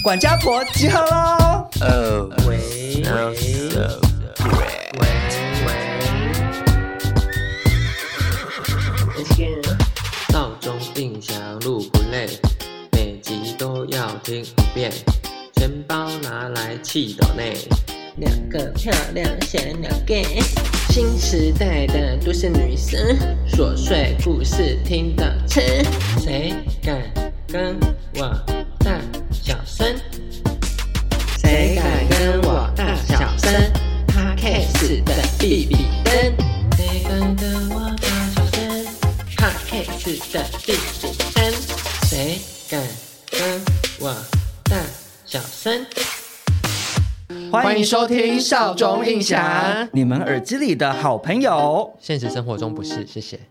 管家婆集合喽！ 喂，闹钟音响录不累，每集都要听一遍，钱包拿来气斗内，两个漂亮小鸟 gay， 新时代的都市女生，琐碎故事听得吃，谁敢跟我大小声？谁敢跟我大小声 ？Podcast 的比比登，谁敢跟我大小声 ？Podcast 的比比登，谁敢跟我大小声？ 欢迎收听少中印象，你们耳机里的好朋友。 现实生活中不是，谢谢。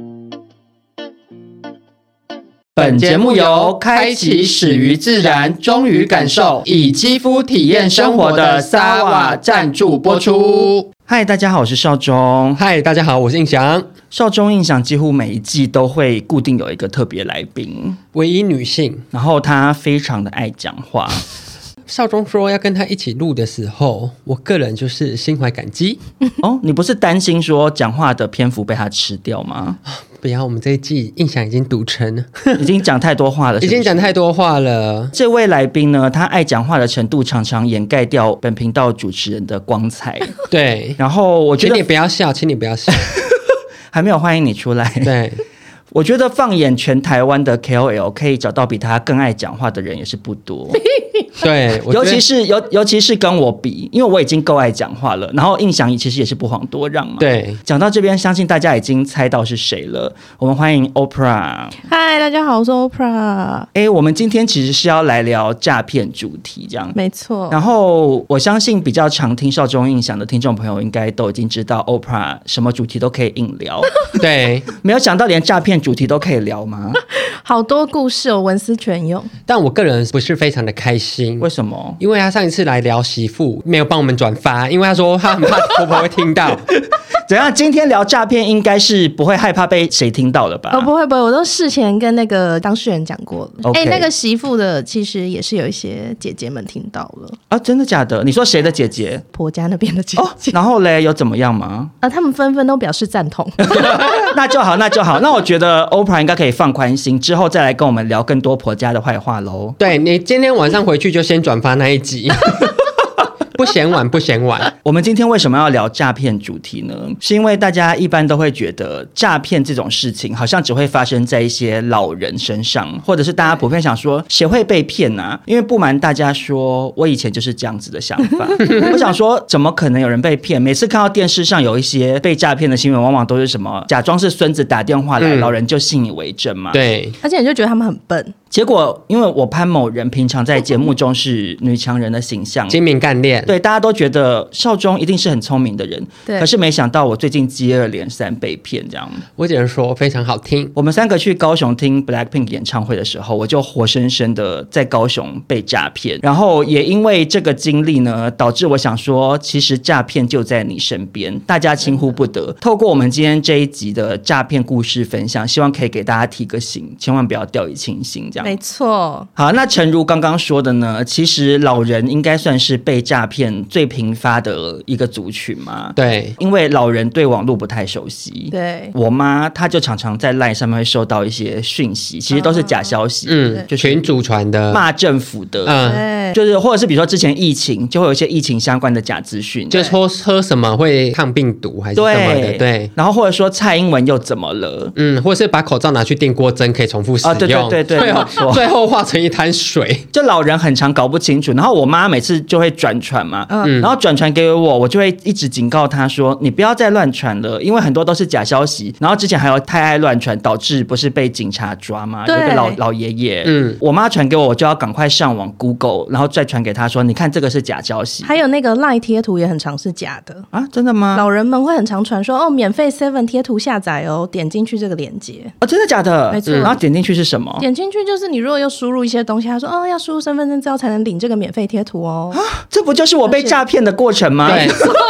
本节目由开启始于自然，忠于感受，以肌肤体验生活的萨瓦赞助播出。嗨，大家好，我是少中。 嗨，大家好，我是印翔。 少中印象几乎每一季都会固定有一个特别来宾， 唯一女性， 然后她非常的爱讲话。 少中说要跟他一起录的时候，我个人就是心怀感激。 哦，你不是担心说讲话的篇幅被他吃掉吗？ 不要，我们这一季印象已经读成了， 已经讲太多话了是不是， 已经讲太多话了。 这位来宾呢，他爱讲话的程度常常掩盖掉本频道主持人的光彩。 对， 然后我觉得请你不要笑，请你不要笑， 还没有欢迎你出来。 对。 我觉得放眼全台湾的 KOL， 可以找到比他更爱讲话的人也是不多。 对， 尤其是跟我比，因为我已经够爱讲话了，然后印象其实也是不遑多让嘛。 对， 讲到这边，相信大家已经猜到是谁了。我们欢迎 Oprah。 嗨，大家好，我是 Oprah。 我们今天其实是要来聊诈骗主题，这样没错。 然后我相信比较常听少中印象的听众朋友，应该都已经知道 Oprah 什么主题都可以硬聊。 对， 没有想到连诈骗主题都可以聊吗？ 好多故事哦，文思泉涌。 但我个人不是非常的开心。 为什么？ 因为他上一次来聊媳妇，没有帮我们转发，因为他说他很怕婆婆会听到。 怎样？今天聊诈骗，应该是不会害怕被谁听到了吧？ 哦，不会，我都事前跟那个当事人讲过了。 Okay 那个媳妇的其实也是有一些姐姐们听到了啊，真的假的？你说谁的姐姐？ 婆家那边的姐姐。 然后嘞，有怎么样吗？ 他们纷纷都表示赞同。 那就好，那就好。那我觉得 Oprah 应该可以放宽心，之后再来跟我们聊更多婆家的坏话喽。 对，你今天晚上回去就先转发那一集。不嫌晚，不嫌晚。 我们今天为什么要聊诈骗主题呢？是因为大家一般都会觉得诈骗这种事情好像只会发生在一些老人身上，或者是大家普遍想说谁会被骗啊？因为不瞒大家说，我以前就是这样子的想法。我想说怎么可能有人被骗？每次看到电视上有一些被诈骗的新闻，往往都是什么假装是孙子打电话来，老人就信以为真嘛。 对， 而且你就觉得他们很笨。 结果因为我潘某人平常在节目中是女强人的形象， 精明干练， 对，大家都觉得少中一定是很聪明的人， 对。 可是没想到我最近接二连三被骗，这样。 我只能说非常好听。 我们三个去高雄听 Blackpink 演唱会的时候，我就活生生的在高雄被诈骗，然后也因为这个经历呢，导致我想说，其实诈骗就在你身边，大家轻忽不得。透过我们今天这一集的诈骗故事分享，希望可以给大家提个醒，千万不要掉以轻心，这样。 没错。 好，那诚如刚刚说的呢，其实老人应该算是被诈骗最频发的一个族群嘛。 对， 因为老人对网络不太熟悉。 对， 我妈她就常常在 LINE 上面会收到一些讯息，其实都是假消息。 就是群主传的， 骂政府的，就是或者是比如说之前疫情，就会有一些疫情相关的假资讯， 就是说喝什么会抗病毒还是什么的，对。 然后或者说蔡英文又怎么了？ 或者是把口罩拿去电锅蒸，可以重复使用。 对， 最后化成一滩水。 就老人很常搞不清楚，然后我妈每次就会转传嘛，然后转传给我，我就会一直警告她说，你不要再乱传了，因为很多都是假消息。然后之前还有太爱乱传，导致不是被警察抓吗？有一个老爷爷，我妈传给我，我就要赶快上网 Google， 然后再传给她说，你看这个是假消息。 还有那个 LINE 贴图也很常是假的啊，真的吗？ 老人们会很常传说，免费 7 贴图下载哦，点进去这个链接。 真的假的？ 没错。 然后点进去是什么？ 点进去就是你如果又输入一些东西，他说要输入身份证资料才能领这个免费贴图哦。 这不就是我被诈骗的过程吗？ 对。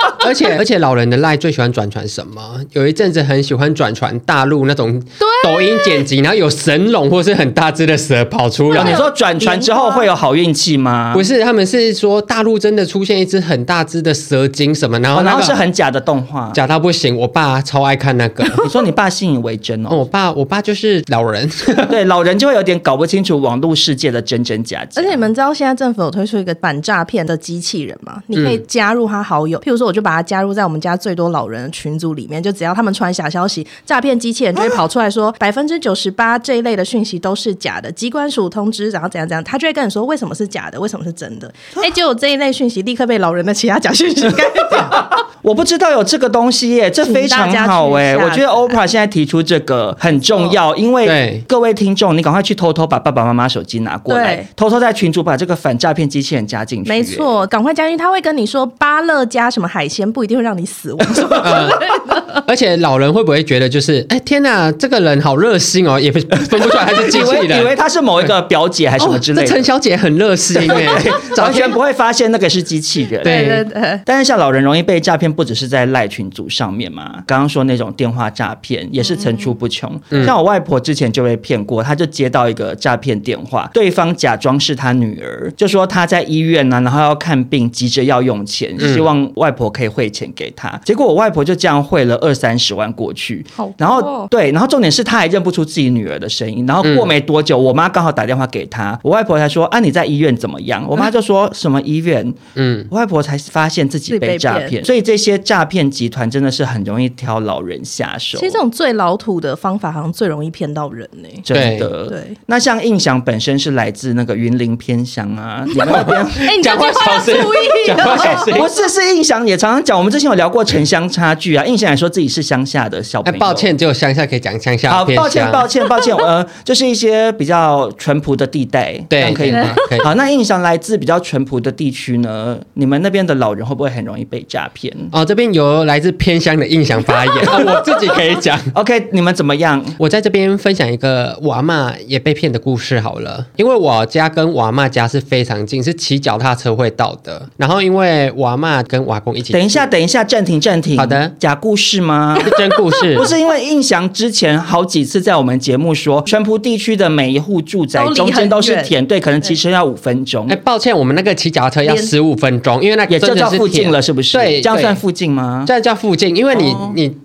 而且老人的赖最喜欢转传什么？有一阵子很喜欢转传大陆那种抖音剪辑，然后有神龙或是很大只的蛇跑出来。 你说转传之后会有好运气吗？ 不是，他们是说大陆真的出现一只很大只的蛇精什么，然后是很假的动画， 假到不行。我爸超爱看那个。 你说你爸信以为真哦？ 我爸就是老人， 对，老人就会有点搞不清楚网络世界的真真假假。 而且你们知道现在政府有推出一个反诈骗的机器人吗？你可以加入他好友，譬如说我就把他加入在我们家最多老人的群组里面，就只要他们传假消息，诈骗机器人就会跑出来说98%这一类的讯息都是假的，机关署通知，然后怎样怎样，他就会跟你说为什么是假的，为什么是真的。结果这一类讯息立刻被老人的其他假讯息盖掉。 我不知道有这个东西耶，这非常好耶！我觉得 Oprah 现在提出这个很重要，因为各位听众，你赶快去偷偷把爸爸妈妈手机拿过来，偷偷在群组把这个反诈骗机器人加进去。 没错，赶快加进去，他会跟你说芭乐加什么海鲜不一定会让你死亡什么之类的。 而且老人会不会觉得就是天哪，这个人好热心哦，也分不出来他是机器人， 以为他是某一个表姐还是什么之类的。 陈小姐很热心耶， 完全不会发现那个是机器人。 对。 但是像老人容易被诈骗，不只是在赖群组上面嘛，刚刚说那种电话诈骗也是层出不穷。像我外婆之前就被骗过，她就接到一个诈骗电话，对方假装是她女儿，就说她在医院啊，然后要看病，急着要用钱，希望外婆可以汇钱给她。结果我外婆就这样汇了20-30万过去，然后然后重点是她还认不出自己女儿的声音。然后过没多久，我妈刚好打电话给她，我外婆才说你在医院怎么样？我妈就说什么医院？我外婆才发现自己被诈骗。所以这些诈骗集团真的是很容易挑老人下手。 其实这种最老土的方法好像最容易骗到人呢。 真的。对。那像印象本身是来自那个云林偏乡啊，你们那边你讲话小心， 讲话小心。 不是印象也常常讲，我们之前有聊过城乡差距啊。印象也说自己是乡下的小朋友。 抱歉，只有乡下可以讲乡下。 好，抱歉，就是一些比较淳朴的地带， 对， 可以吗？ 可以。 好，那印象来自比较淳朴的地区呢，你们那边的老人会不会很容易被诈骗？ 这边有来自偏乡的印象发言我自己可以讲。 OK， 你们怎么样？ 我在这边分享一个我阿嬷也被骗的故事好了。因为我家跟我阿嬷家是非常近，是骑脚踏车会到的。然后因为我阿嬷跟我阿公一起， 等一下，暂停。 好的， 假故事吗？ 是真故事。 不是，因为印象之前好几次在我们节目说，淳朴地区的每一户住宅中间都是田，对，可能骑车要5分钟。 抱歉，我们那个骑脚踏车要15分钟，因为那也就叫附近了，是不是？ 对， 这样算附近吗？ 这样叫附近，因为你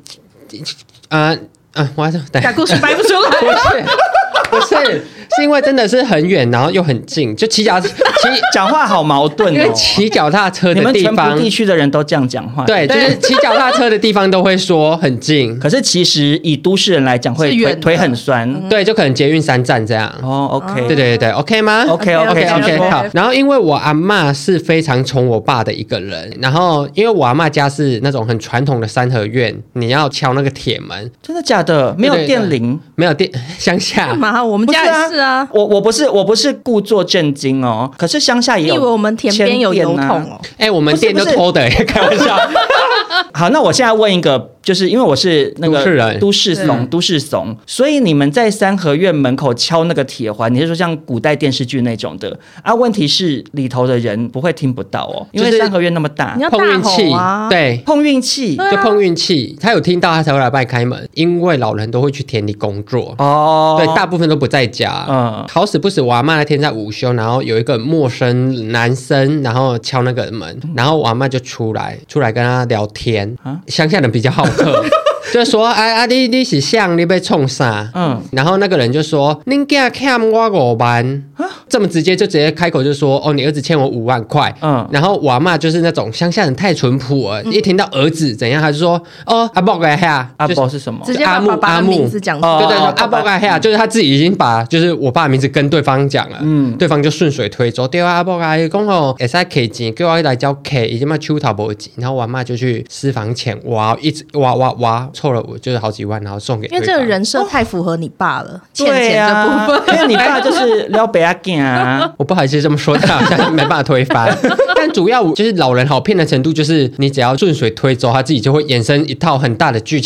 我假故事掰不出来。 不是，是因为真的是很远，然后又很近，就讲话好矛盾哦。 因为骑脚踏车的地方， 你们淳朴地区的人都这样讲话。 对，就是骑脚踏车的地方都会说很近， 可是其实以都市人来讲，会腿很酸。 对，就可能捷运3站这样。 OK， 对 ，OK 吗 ？OK， 好。然后因为我阿嬷是非常宠我爸的一个人，然后因为我阿嬷家是那种很传统的3合院，你要敲那个铁门。 真的假的？没有电铃？ 没有电，乡下。 干嘛？我们家也是啊。 我不是故作震惊哦，可是乡下也有。 你以为我们田边有油桶哦？ 我们店都偷的，开玩笑。 好，那我现在问一个，就是因为我是那个都市怂，所以你们在3合院门口敲那个铁环，你是说像古代电视剧那种的啊？问题是里头的人不会听不到哦，因为3合院那么大， 你要碰运气啊， 对， 碰运气， 就碰运气，他有听到他才会来帮你开门，因为老人都会去田里工作对，大部分都不在家。好死不死，我阿嬷那天在午休，然后有一个陌生男生，然后敲那个门，然后我阿嬷就出来跟他聊天。乡下人比较好客。就说你是像你被冲啥？然后那个人就说恁囝欠我5万，这么直接开口就说你儿子欠我5万块。然后我阿嬷就是那种乡下人太淳朴了，一听到儿子怎样，他就说阿伯该下， 阿伯是什么？ 直接把爸爸的名字讲出来。 对，阿伯该下，就是他自己已经把就是我爸的名字跟对方讲了，对方就顺水推舟，对啊，阿伯该讲会使给钱，叫我来交给，已经嘛手头无钱，然后我阿嬷就去私房钱挖，一直挖。凑了就是好几万，然后送给对方。 因为这个人设太符合你爸了，欠钱这部分。 因为你爸就是撩北阿囝啊， 我不好意思这么说，他好像没办法推翻。但主要就是老人好骗的程度，就是你只要顺水推舟，他自己就会衍生一套很大的剧情。 不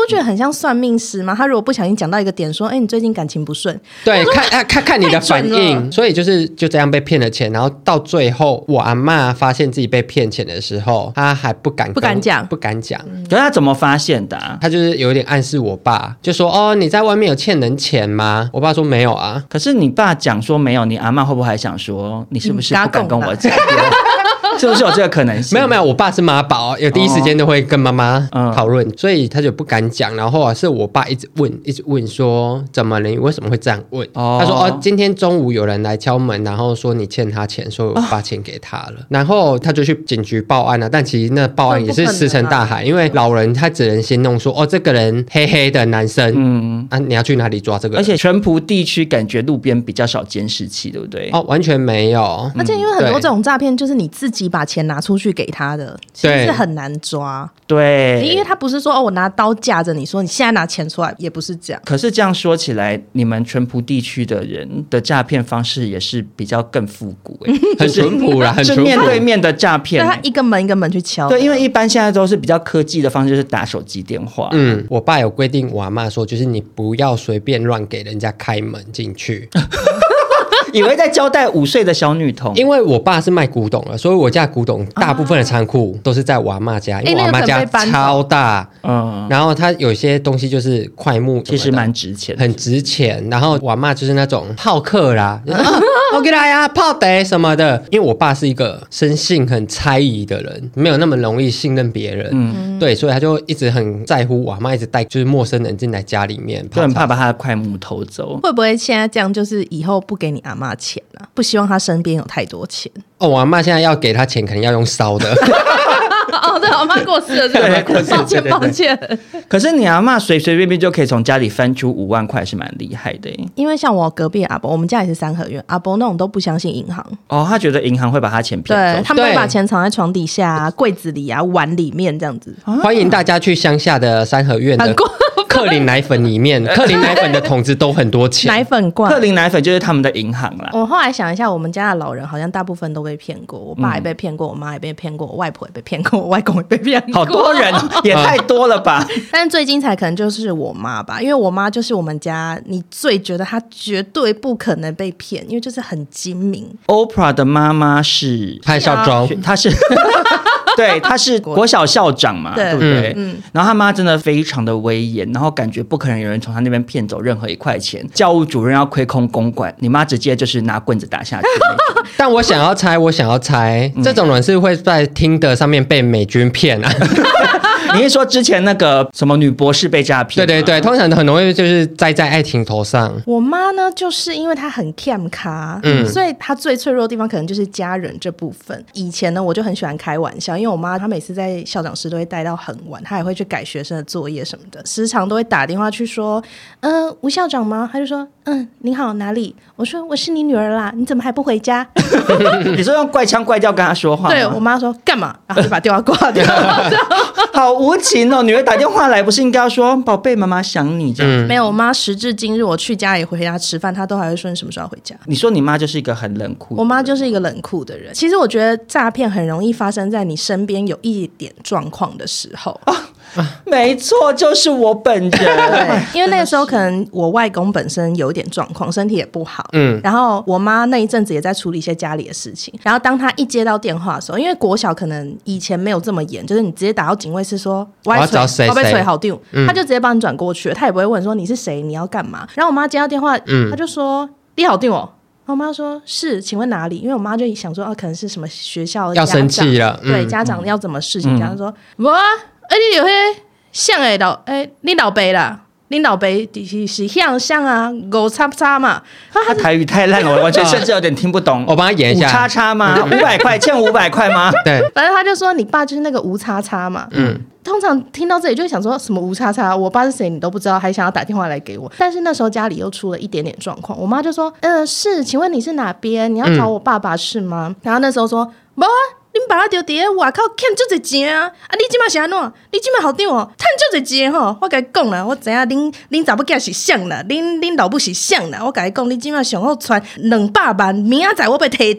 不觉得很像算命师吗？他如果不小心讲到一个点说你最近感情不顺， 对，看你的反应，所以就这样被骗了钱，然后到最后我阿嬷发现自己被骗钱的时候，她还不敢讲。 可是她怎么发现的她就是有点暗示我爸，就说你在外面有欠人钱吗？我爸说没有啊。 可是你爸讲说没有，你阿嬷会不会还想说你是不是不敢跟我讲？是不是有这个可能性？ 没有，我爸是妈宝，有第一时间都会跟妈妈讨论，所以他就不敢讲。然后是我爸一直问说怎么了？你为什么会这样问？他说今天中午有人来敲门，然后说你欠他钱，所以我把钱给他了。然后他就去警局报案了，但其实那报案也是石沉大海，因为老人他只能先弄说这个人黑黑的男生，你要去哪里抓这个人？ 而且全埔地区感觉路边比较少监视器，对不对？ 完全没有。 而且因为很多这种诈骗就是你自己把钱拿出去给他的，其实是很难抓。 对， 因为他不是说我拿刀架着你说你现在拿钱出来，也不是这样。 可是这样说起来，你们全埔地区的人的诈骗方式也是比较更复古很淳朴啦，很淳朴， 是面对面的诈骗。 他一个门一个门去敲。 对，因为一般现在都是比较科技的方式，就是打手机电话。 我爸有规定我阿嬷说，就是你不要随便乱给人家开门进去。 以为在交代5岁的小女童， 因为我爸是卖古董的，所以我家古董大部分的仓库都是在我阿嬷家，因为我阿嬷家超大，然后它有些东西就是块木， 其实蛮值钱， 很值钱。然后我阿嬷就是那种好客啦，我给大家泡杯什么的。因为我爸是一个生性很猜疑的人，没有那么容易信任别人，对，所以他就一直很在乎我阿嬷一直带就是陌生人进来家里面， 就很怕把他的块木偷走。 会不会现在这样，就是以后不给你阿嬷钱啊？不希望他身边有太多钱。 我阿嬷现在要给他钱，可能要用烧的。 对，我妈过世了，对，抱歉。 可是你阿嬷随随便便就可以从家里翻出5万块，是蛮厉害的。 因为像我隔壁阿伯，我们家也是3合院，阿伯那种都不相信银行。 他觉得银行会把他钱骗走， 对，他们会把钱藏在床底下、柜子里啊、碗里面这样子。 欢迎大家去乡下的3合院的克林奶粉里面，克林奶粉的桶子都很多钱。 奶粉罐， 克林奶粉就是他们的银行啦。 我后来想一下，我们家的老人好像大部分都被骗过，我爸也被骗过，我妈也被骗过，我外婆也被骗过，我外公也被骗过。 好多人，也太多了吧？ 但是最精彩可能就是我妈吧，因为我妈就是我们家你最觉得她绝对不可能被骗，因为就是很精明。 Oprah 的妈妈是潘少忠， 她是。对，他是国小校长嘛，对不对？然后他妈真的非常的威严，然后感觉不可能有人从他那边骗走任何1块钱。教务主任要亏空公馆，你妈直接就是拿棍子打下去那种。 但我想要猜，这种人是会在Tinder上面被美军骗啊。 你是说之前那个什么女博士被诈骗？ 对对对，通常很容易就是栽在爱情头上。 我妈呢，就是因为她很欠卡，所以她最脆弱的地方可能就是家人这部分。以前呢，我就很喜欢开玩笑，因为我妈她每次在校长室都会待到很晚，她也会去改学生的作业什么的，时常都会打电话去说，吴校长吗？她就说，您好，哪里？我说我是你女儿啦，你怎么还不回家？ 你说用怪腔怪调跟她说话？ 对，我妈说干嘛？然后就把电话挂掉。 好无情哦！女儿打电话来，不是应该要说宝贝，妈妈想你这样？ 没有，我妈时至今日，我去家里回家吃饭，她都还会说你什么时候要回家。 你说你妈就是一个很冷酷的人。 我妈就是一个冷酷的人。其实我觉得诈骗很容易发生在你身边有一点状况的时候。 没错，就是我本人。 对，因为那个时候可能我外公本身有一点状况，身体也不好。然后我妈那一阵子也在处理一些家里的事情。然后当她一接到电话的时候，因为国小可能以前没有这么严，就是你直接打到警卫室说我要找谁， 我被锤好丢，他就直接帮你转过去了，他也不会问说你是谁，你要干嘛。然后我妈接到电话，他就说你好丢哦。我妈说是，请问哪里？因为我妈就想说可能是什么学校要生气了， 对，家长要怎么事情，家长说无啊，你有些像你老爸啦。你老爸是像啊，5叉叉嘛。 他台语太烂了，我完全甚至有点听不懂。 我帮他演一下 ，5叉叉吗？500块，欠500块吗？ 对， 反正他就说你爸就是那个5叉叉嘛。通常听到这里就会想说什么5叉叉，我爸是谁你都不知道，还想要打电话来给我。但是那时候家里又出了一点点状况，我妈就说，是，请问你是哪边？你要找我爸爸是吗？然后那时候说，没啊。恁爸就伫咧外口欠足侪钱啊！你即摆是安怎？你即摆校长哦，趁足侪钱吼！我甲你讲啦，我知影恁查某囝是谁啦，恁老母是谁啦！我甲你讲，你即摆上好传200万，明仔载我被摕到。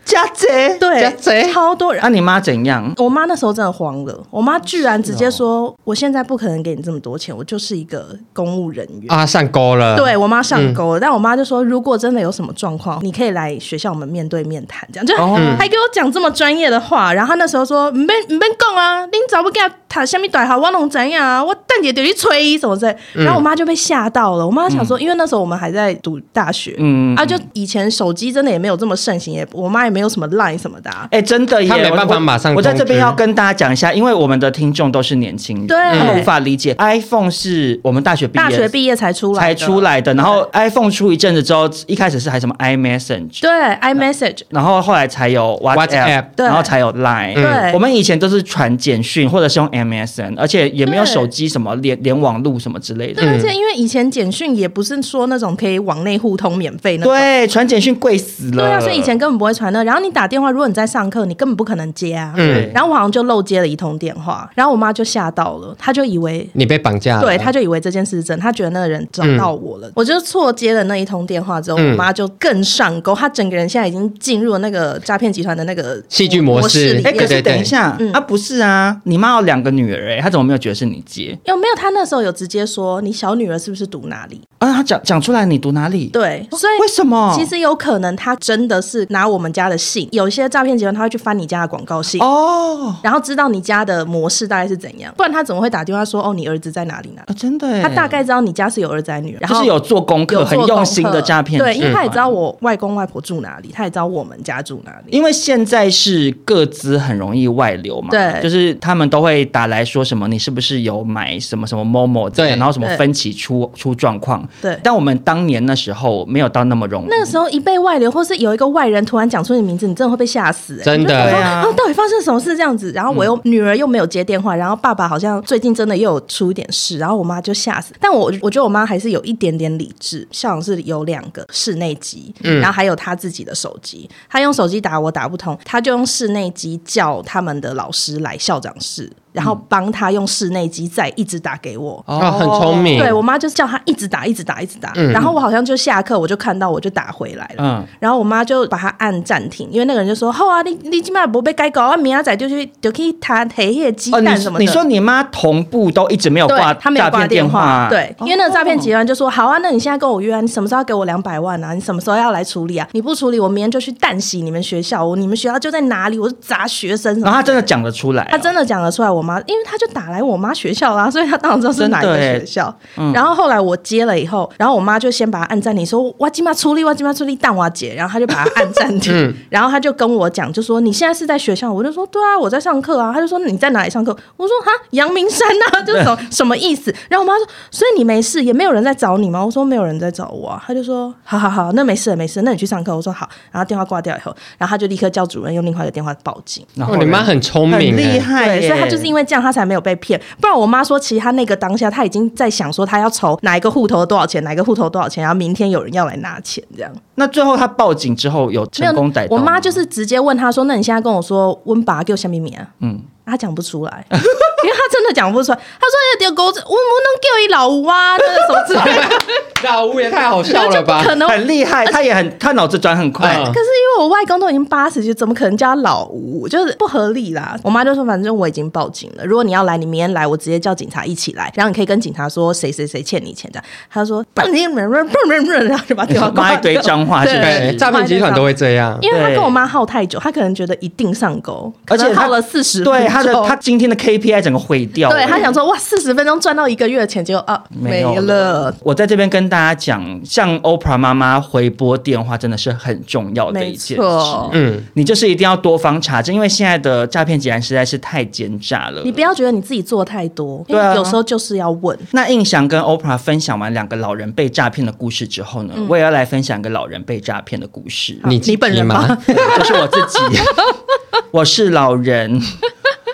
假贼， 对，超多人。 那你妈怎样？ 我妈那时候真的慌了，我妈居然直接说：“我现在不可能给你这么多钱，我就是一个公务人员啊，上钩了。” 对我妈上钩了，但我妈就说：“如果真的有什么状况，你可以来学校我们面对面谈。”这样就还给我讲这么专业的话。然后她那时候说：“唔免讲啊，恁早不给他谈什么大号，我拢知影啊，我等下就去催什么之类。”然后我妈就被吓到了。我妈想说，因为那时候我们还在读大学，就以前手机真的也没有这么盛行，我妈也没有什么 Line 什么的。 真的耶， 她没办法马上。 我在这边要跟大家讲一下，因为我们的听众都是年轻人，他们无法理解 iPhone 是我们大学毕业才出来的，然后 iPhone 出一阵子之后，一开始是还什么 iMessage， 对 iMessage， 然后后来才有 WhatsApp， 然后才有 Line。对，我们以前都是传简讯或者是用 MSN， 而且也没有手机什么连网路什么之类的。 对，而且因为以前简讯也不是说那种可以往内互通免费那种， 对，传简讯贵死了。 对啊，所以以前根本不会传那。然后你打电话，如果你在上课，你根本不可能接啊。然后我好像就漏接了一通电话，然后我妈就吓到了，她就以为你被绑架了， 对，她就以为这件事是真，她觉得那个人找到我了。我就错接了那一通电话之后，我妈就更上钩，她整个人现在已经进入了那个诈骗集团的那个戏剧模式里面。 可是等一下不是啊，你妈有2个女儿她怎么没有觉得是你接？ 没有，她那时候有直接说你小女儿是不是读哪里？ 她讲出来你读哪里？ 对，所以为什么？ 其实有可能她真的是拿我们家的信，有一些诈骗集团他会去翻你家的广告信然后知道你家的模式大概是怎样，不然他怎么会打电话说你儿子在哪里呢？ 真的耶， 他大概知道你家是有儿子还是女儿， 就是有做功课，很用心的诈骗。 对，因为他也知道我外公外婆住哪里，他也知道我们家住哪里。 因为现在是个资很容易外流嘛， 对， 就是他们都会打来说什么你是不是有买什么什么 Momo， 对，然后什么分期出状况。对，但我们当年那时候没有到那么容易。 那个时候一被外流，或是有一个外人突然讲出你名字，你真的会被吓死。 真的到底发生什么事这样子？然后我女儿又没有接电话，然后爸爸好像最近真的又有出一点事，然后我妈就吓死。但我觉得我妈还是有一点点理智，校长是有2个室内机，然后还有她自己的手机，她用手机打我打不通，她就用室内机叫他们的老师来校长室，然后帮他用室内机再一直打给我。 很聪明。 对，我妈就叫他一直打然后我好像就下课我就看到我就打回来了，然后我妈就把他按暂停，因为那个人就说好啊，你今晚不被改稿，明仔载就可以谈黑夜鸡蛋什么的。 你说你妈同步都一直没有挂， 她没有挂电话。对，因为那个诈骗集团就说好啊，那你现在跟我约啊，你什么时候要给我200万啊？你什么时候要来处理啊？你不处理，我明天就去淡洗你们学校，你们学校就在哪里？我是砸学生什么的。 然后他真的讲得出来， 他真的讲得出来。我妈因为他就打来我妈学校啦，所以他当然知道是哪一个学校。然后后来我接了以后，然后我妈就先把他按暂停，说我今晚处理蛋娃姐，然后他就把他按暂停，然后他就跟我讲，就说你现在是在学校？我就说对啊，我在上课啊。他就说你在哪里上课？我说哈，阳明山啊，这种什么意思？然后我妈说，所以你没事，也没有人在找你吗？我说没有人在找我啊。他就说好，那没事，那你去上课。我说好，然后电话挂掉以后，然后他就立刻叫主任用另外一个电话报警。 你妈很聪明， 很厉害， 所以他就是因为这样，他才没有被骗。不然我妈说，其实他那个当下他已经在想说，他要筹哪一个户头多少钱，哪一个户头多少钱，然后明天有人要来拿钱这样。 那最后他报警之后有成功逮到吗？ 我妈就是直接问他说：“那你现在跟我说，温爸给我下面名啊？”他讲不出来，因为他真的讲不出来。他说：“丢狗子，我能给一老吴啊，那个手指。” 老吴也太好笑了吧？ 可能很厉害，他脑子转很快。 可是因为我外公都已经80，就怎么可能叫他老吴？就是不合理啦。我妈就说：“反正我已经报警了，如果你要来，你明天来，我直接叫警察一起来，然后你可以跟警察说谁欠你钱这样。”他说：“然后就把电话挂骂一堆脏话。 对，诈骗集团都会这样， 因为他跟我妈耗太久，他可能觉得一定上钩，而且耗了40分钟。 对他今天的 KPI 整个毁掉。 对他想说哇，40分钟赚到1个月的钱，结果没了。 我在这边跟大家讲，像 Oprah 妈妈回拨电话真的是很重要的一件事。你就是一定要多方查证，因为现在的诈骗集团实在是太奸诈了。 你不要觉得你自己做太多，因为有时候就是要问。 那印翔跟 Oprah 分享完2个老人被诈骗的故事之后呢，我也要来分享一个老人被诈骗的故事。 你本人吗？ 就是我自己，我是老人。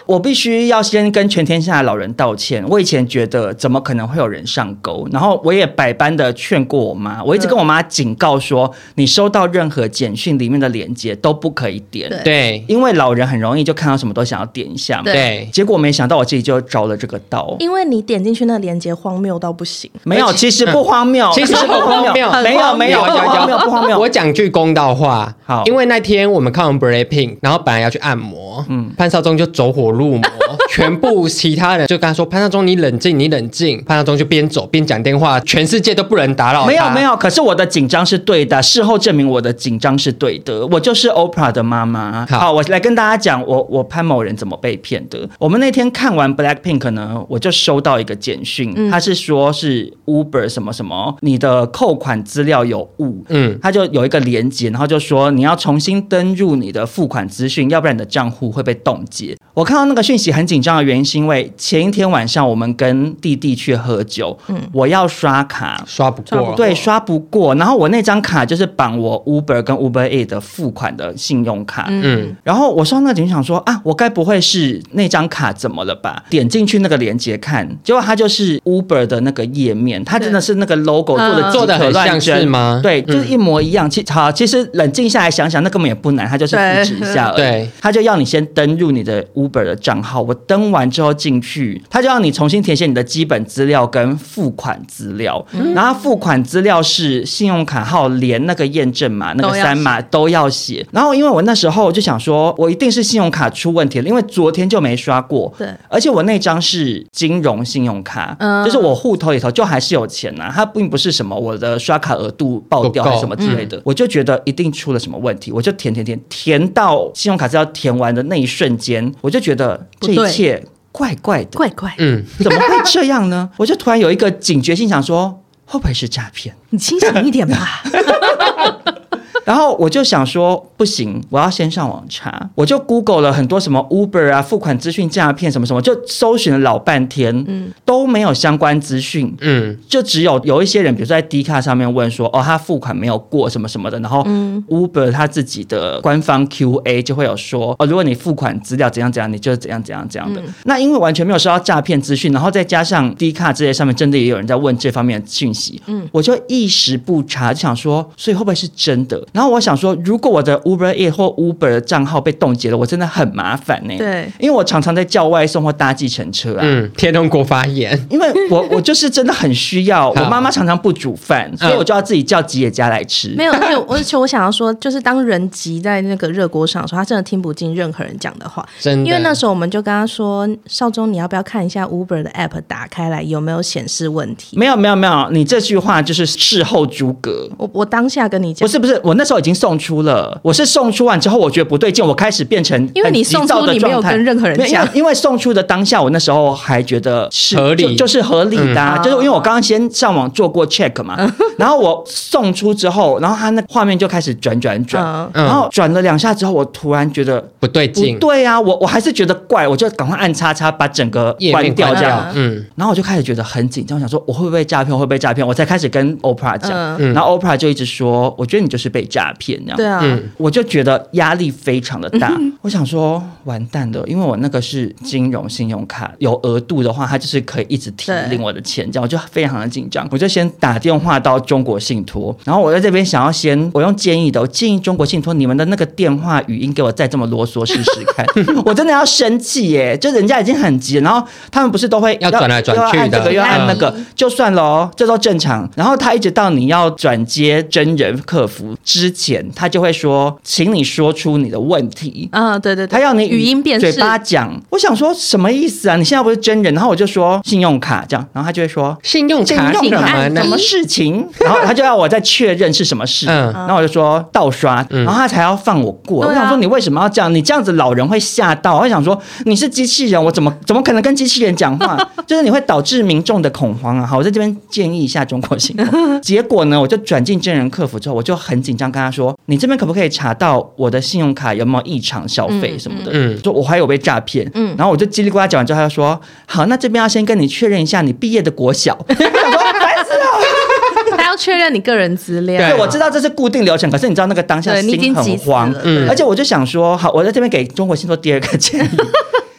我必须要先跟全天下的老人道歉。我以前觉得怎么可能会有人上钩，然后我也百般的劝过我妈，我一直跟我妈警告说，你收到任何简讯里面的连结都不可以点， 对， 因为老人很容易就看到什么都想要点一下嘛。 对， 结果没想到我自己就着了这个道， 因为你点进去那个连结荒谬到不行。 没有，其实不荒谬， 其实不荒谬， 没有不荒谬。 我讲句公道话， 好， 因为那天我们看完 BLACKPINK， 然后本来要去按摩，潘少忠就走火入魔，全部其他人就跟他说：“潘少忠，你冷静，你冷静。”潘少忠就边走边讲电话，全世界都不能打扰他。 没有，可是我的紧张是对的，事后证明我的紧张是对的，我就是 Oprah 的妈妈。好，我来跟大家讲，我潘某人怎么被骗的。我们那天看完 BLACKPINK 呢，我就收到一个简讯，他是说是 Uber 什么什么，你的扣款资料有误，他就有一个连结，然后就说你要重新登入你的付款资讯，要不然你的账户会被冻结。我看到那个讯息很紧张的原因是因为前一天晚上我们跟弟弟去喝酒，我要刷卡刷不过， 对，刷不过，然后我那张卡就是绑我 Uber 跟 Uber Eats 的付款的信用卡，然后我收到那个简讯想说啊，我该不会是那张卡怎么了吧？点进去那个连结看，结果它就是 Uber 的那个页面，它真的是那个 logo 做的很像是吗？ 对，就是一模一样。其实冷静下来想想，那根本也不难，它就是复制一下而已。对，他就要你先登入你的 Uber 的账号，我登完之后进去，他就要你重新填写你的基本资料跟付款资料，然后付款资料是信用卡号连那个验证码、那个3码都要写。然后因为我那时候就想说，我一定是信用卡出问题了，因为昨天就没刷过，对，而且我那张是金融信用卡，就是我户头里头就还是有钱啊，它并不是什么我的刷卡额度爆掉还是什么之类的，我就觉得一定出了什么问题，我就填到信用卡资料填完的那一瞬间，我就觉得这一切怪怪的，怎么会这样呢？我就突然有一个警觉性，想说会不会是诈骗？ 你清醒一点吧。 然后我就想说不行，我要先上网查，我就 Google 了很多什么 Uber 啊、付款资讯诈骗什么什么，就搜寻了老半天，都没有相关资讯，就只有一些人，比如说在 Dcard 上面问说，哦，他付款没有过什么什么的，然后 Uber 他自己的官方 QA 就会有说，哦，如果你付款资料怎样怎样，你就是怎样怎样怎样的。那因为完全没有收到诈骗资讯，然后再加上 Dcard 这些上面真的也有人在问这方面的讯息，我就一时不察，就想说，所以会不会是真的？然后我想说，如果我的 Uber Eats 或 Uber 的账号被冻结了，我真的很麻烦呢。对，因为我常常在叫外送或搭计程车啊。 天龙国发言， 因为我就是真的很需要，我妈妈常常不煮饭，所以我就要自己叫吉野家来吃。 没有，而且我想要说，就是当人急在那个热锅上的时候，他真的听不进任何人讲的话。真的，因为那时候我们就跟他说，少宗你要不要看一下 Uber 的 App 打开来有没有显示问题？ 没有，你这句话就是事后诸葛。 我当下跟你讲， 不是，我那时候已经送出了，我是送出完之后，我觉得不对劲，我开始变成因为你送出你没有跟任何人讲， 因为送出的当下，我那时候还觉得是合理， 就是合理的，就是因为我刚刚先上网做过 check 嘛，然后我送出之后，然后他那画面就开始转，然后转了2下之后，我突然觉得不对劲， 不对啊，我还是觉得怪，我就赶快按叉叉把整个关掉这样，然后我就开始觉得很紧张，想说我会不会诈骗，我才开始跟 Oprah 讲，然后 Oprah 就一直说，我觉得你就是被诈骗这样， 对啊， 我就觉得压力非常的大，我想说完蛋了，因为我那个是金融信用卡，有额度的话，它就是可以一直提领我的钱，这样我就非常的紧张，我就先打电话到中国信托，然后我在这边想要我用建议的，我建议中国信托你们的那个电话语音给我再这么啰嗦试试看，我真的要生气耶，就人家已经很急了，然后他们不是都会要转来转去的， 又按这个又按那个，就算了哦，这都正常，然后他一直到你要转接真人客服之前，他就会说，请你说出你的问题对， 他要你语音辨识嘴巴讲，我想说什么意思啊？你现在不是真人，然后我就说信用卡这样，然后他就会说信用卡什么事情，然后他就要我再确认是什么事，然后我就说盗刷，然后他才要放我过。我想说你为什么要这样？你这样子老人会吓到。我想说你是机器人，我怎么可能跟机器人讲话？就是你会导致民众的恐慌啊！好，我在这边建议一下中国信托。结果呢，我就转进真人客服之后，我就很紧张跟他说，你这边可不可以查到我的信用卡有没有异常消费什么的？就我还有被诈骗。然后我就叽里呱啦讲完之后，他就说好，那这边要先跟你确认一下你毕业的国小。我想说烦死了。 他要确认你个人资料。 对，我知道这是固定流程，可是你知道那个当下心很慌，而且我就想说，好，我在这边给中国信托第二个建议。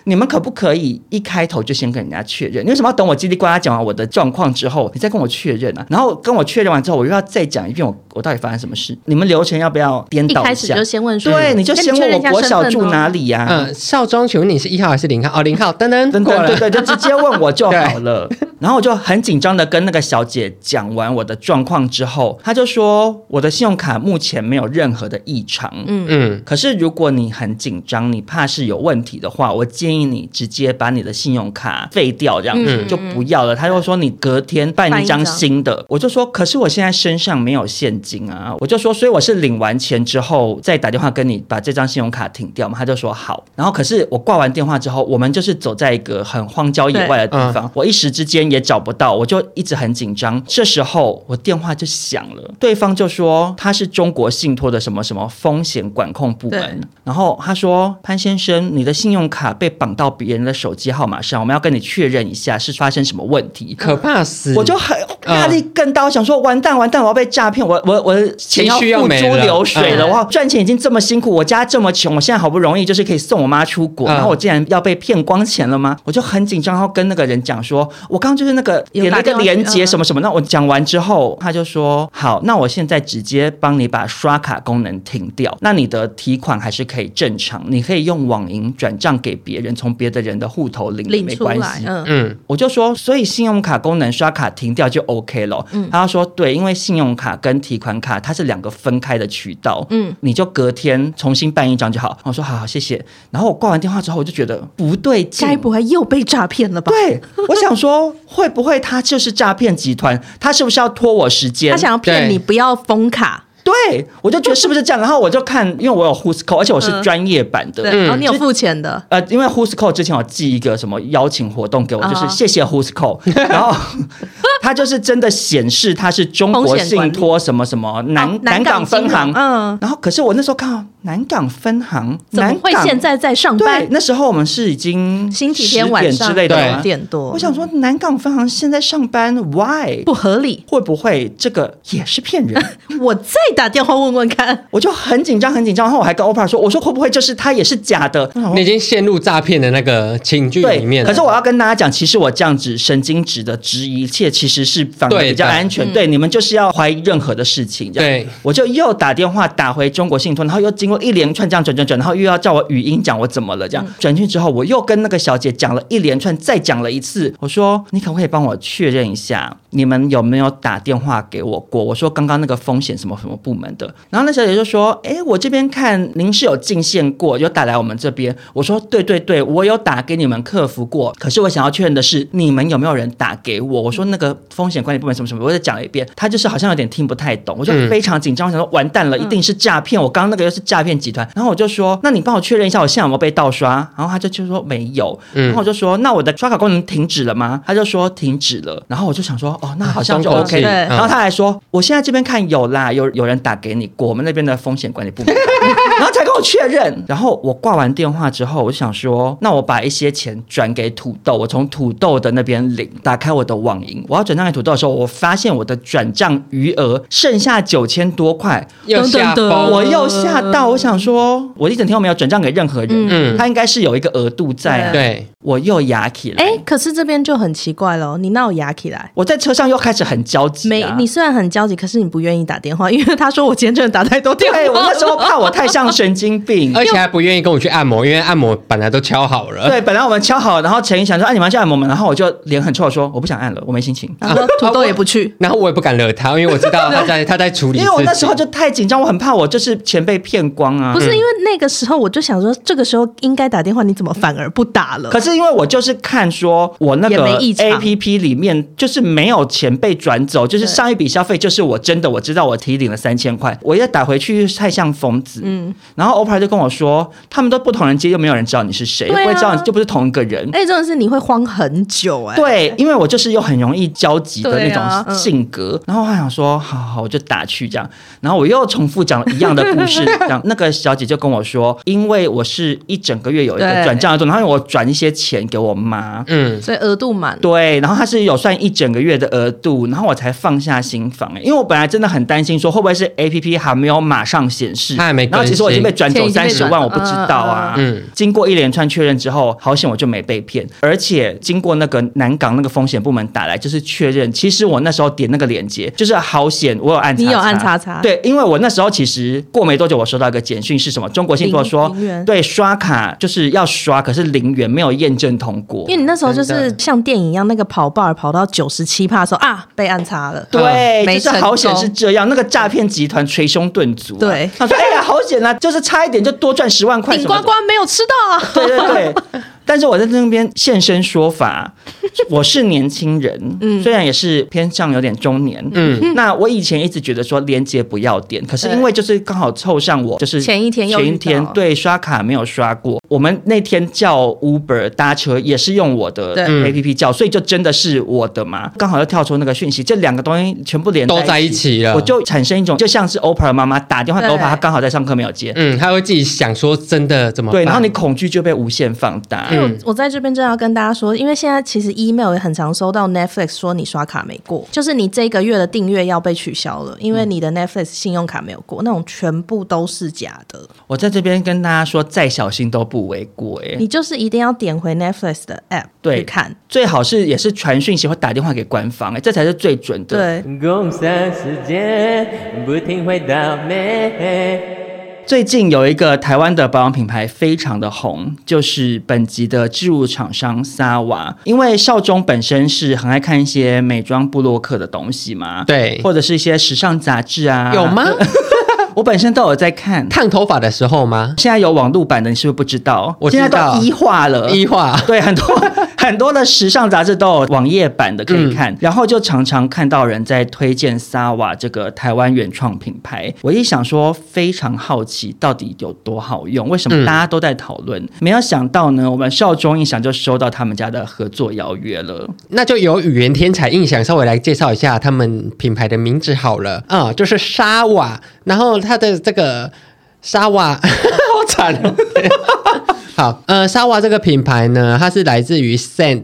你们可不可以一开头就先跟人家确认？你为什么要等我叽里呱啦讲完我的状况之后，你再跟我确认啊？然后跟我确认完之后，我又要再讲一遍我到底发生什么事？你们流程要不要颠倒一下？ 一开始就先问说， 对，你就先问我国小住哪里呀？ 少中，请问你是1号还是0号？哦，0号，噔噔噔噔， 对，就直接问我就好了。然后我就很紧张的跟那个小姐讲完我的状况之后，她就说我的信用卡目前没有任何的异常。可是如果你很紧张，你怕是有问题的话，我建议你直接把你的信用卡废掉，这样子就不要了。她就说你隔天办一张新的。我就说可是我现在身上没有现金啊。我就说所以我是领完钱之后再打电话跟你把这张信用卡停掉嘛。她就说好。然后可是我挂完电话之后，我们就是走在一个很荒郊野外的地方，我一时之间也找不到，我就一直很紧张。这时候我电话就响了，对方就说他是中国信托的什么什么风险管控部门，然后他说潘先生，你的信用卡被绑到别人的手机号码上，我们要跟你确认一下是发生什么问题。 可怕死！ 我就很压力更大，我想说完蛋，我要被诈骗，我的钱要付诸流水了。我赚钱已经这么辛苦，我家这么穷，我现在好不容易就是可以送我妈出国，然后我竟然要被骗光钱了吗？我就很紧张，然后跟那个人讲说，我刚刚就是那个点了一个连结什么什么。那我讲完之后，他就说好，那我现在直接帮你把刷卡功能停掉，那你的提款还是可以正常，你可以用网银转账给别人，从别的人的户头领没关系。我就说所以信用卡功能刷卡停掉就 OK 了。他说对，因为信用卡跟提款卡它是2个分开的渠道，你就隔天重新办一张就好。我说好谢谢。然后我挂完电话之后，我就觉得不对劲， 该不会又被诈骗了吧？ 对，我想说会不会他就是诈骗集团？他是不是要拖我时间？ 他想要骗你不要封卡。 对，我就觉得是不是这样？然后我就看，因为我有 Whoosco， 而且我是专业版的， 然后你有付钱的。 因为 Whoosco 之前有寄一个什么邀请活动给我，就是谢谢 Whoosco， 然后它就是真的显示它是中国信托什么什么南港分行，然后可是我那时候看到南港分行怎么会现在在上班？ 对，那时候我们是已经星期天晚上之类的 9点多。 我想说南港分行现在上班 ，why 不合理？ 会不会这个也是骗人？ 我再打电话问问看。 我就很紧张，然后我还跟 Oprah 说，我说会不会就是他也是假的？ 你已经陷入诈骗的那个情绪里面了。 可是我要跟大家讲，其实我这样子神经质的质疑一切，其实是反而比较安全。对，你们就是要怀疑任何的事情。对，我就又打电话打回中国信托，然后又经过一连串这样转，然后又要叫我语音讲我怎么了，这样转去之后，我又跟那个小姐讲了一连串，再讲了一次。我说你可不可以帮我确认一下，你们有没有打电话给我过？我说刚刚那个风险什么什么部门的。然后那小姐就说我这边看您是有进线过，有打来我们这边。我说对，我有打给你们客服过，可是我想要确认的是你们有没有人打给我。我说那个风险管理部门什么什么，我再讲了一遍，他就是好像有点听不太懂。我就非常紧张，我想说完蛋了，一定是诈骗，我刚刚那个又是诈骗集团。然后我就说那你帮我确认一下我现在有没有被盗刷。然后他就说没有。然后我就说那我的刷卡功能停止了吗？他就说停止了。然后我就想说那好像就 OK。然后他还说我现在这边看有啦，有人打给你过，我们那边的风险管理部门然后才跟我确认。然后我挂完电话之后，我就想说那我把一些钱转给土豆，我从土豆的那边领。打开我的网银，我要转账给土豆的时候，我发现我的转账余额剩下9000多块， 又吓疯， 我又吓到。我想说我一整天都没有转账给任何人，他应该是有一个额度在。 对， 我又压起来。 可是这边就很奇怪了，你哪有压起来？ 我在车上又开始很焦急。 你虽然很焦急，可是你不愿意打电话，因为他说我今天真的打太多电话。 对，我那时候怕我太像神经病， 而且还不愿意跟我去按摩，因为按摩本来都敲好了。 对，本来我们敲好，然后陈怡想说你们要去按摩吗？然后我就脸很臭说我不想按了，我没心情。 然后土豆也不去， 然后我也不敢惹他，因为我知道他在处理事情。 因为我那时候就太紧张，我很怕我就是钱被骗光啊。 不是因为那个时候我就想说这个时候应该打电话，你怎么反而不打了？ 可是因为我就是看说我那个 APP 里面就是没有钱被转走，就是上一笔消费就是我真的我知道我提领了3000块，我一打回去太像疯子。然后 Oprah 就跟我说他们都不同人接，又没有人知道你是谁，不会知道你就不是同一个人。 真的是你会慌很久。 对，因为我就是又很容易焦急的那种性格。然后我还想说好我就打去这样，然后我又重复讲一样的故事这样。那个小姐就跟我说因为我是一整个月有一个转账额度，然后我转一些钱给我妈， 所以额度满。 对，然后他是有算一整个月的额度，然后我才放下心防。因为我本来真的很担心说会不会是 APP 还没有马上显示， 他还没更新， 然后其实我已经被转走30万，我不知道啊。经过一连串确认之后，好险我就没被骗，而且经过那个南港那个风险部门打来，就是确认，其实我那时候点那个链接，就是好险我有按叉叉， 你有按叉叉， 对，因为我那时候其实过没多久，我收到一个简讯是什么？中国信托说，对，刷卡就是要刷，可是0元没有验证通过， 因为你那时候就是像电影一样，那个跑bar跑到97%的时候啊，被按叉了， 对，就是好险是这样，那个诈骗集团捶胸顿足， 对， 他说，哎呀，好险啊，就是差一点就多赚10万块， 顶呱呱没有吃到啊， 对对对。但是我在这边现身说法，我是年轻人，虽然也是偏向有点中年，那我以前一直觉得说连结不要点，可是因为就是刚好凑上我就是前一天对刷卡没有刷过，我们那天叫 Uber 搭车也是用我的 APP 叫，所以就真的是我的嘛，刚好又跳出那个讯息，这两个东西全部连都在一起了， 我就产生一种就像是 OPRA 的妈妈打电话给 OPRA， 她刚好在上课没有接， 她会自己想说真的怎么办， 对，然后你恐惧就被无限放大。 我在这边真的要跟大家说，因为现在其实 email 也很常收到 Netflix 说你刷卡没过，就是你这个月的订阅要被取消了，因为你的 Netflix 信用卡没有过，那种全部都是假的。 我在这边跟大家说，再小心都不为过你就是一定要点回 Netflix 的 app 去看， 最好也是传讯息或打电话给官方，这才是最准的。 对， 共享时间，不停回到美。 最近有一个台湾的保养品牌非常的红，就是本集的置入厂商SAWA。因为少中本身是很爱看一些美妆部落客的东西嘛， 对， 或者是一些时尚杂志啊， 有吗？ 我本身都有在看。 烫头发的时候吗？ 现在有网路版的，你是不是不知道？ 我知道， 现在都一化了， 一化， 对，很多的时尚杂志都有网页版的可以看，然后就常常看到人在推荐 SAWA 这个台湾原创品牌。我一想说，非常好奇到底有多好用，为什么大家都在讨论？没有想到呢，我们少中印象就收到他们家的合作邀约了。 那就由语言天才印象稍微来介绍一下他们品牌的名字好了啊，就是 SAWA， 然后它的这个 SAWA 好惨哦。好，SAWA 这个品牌呢，它是来自于 Sand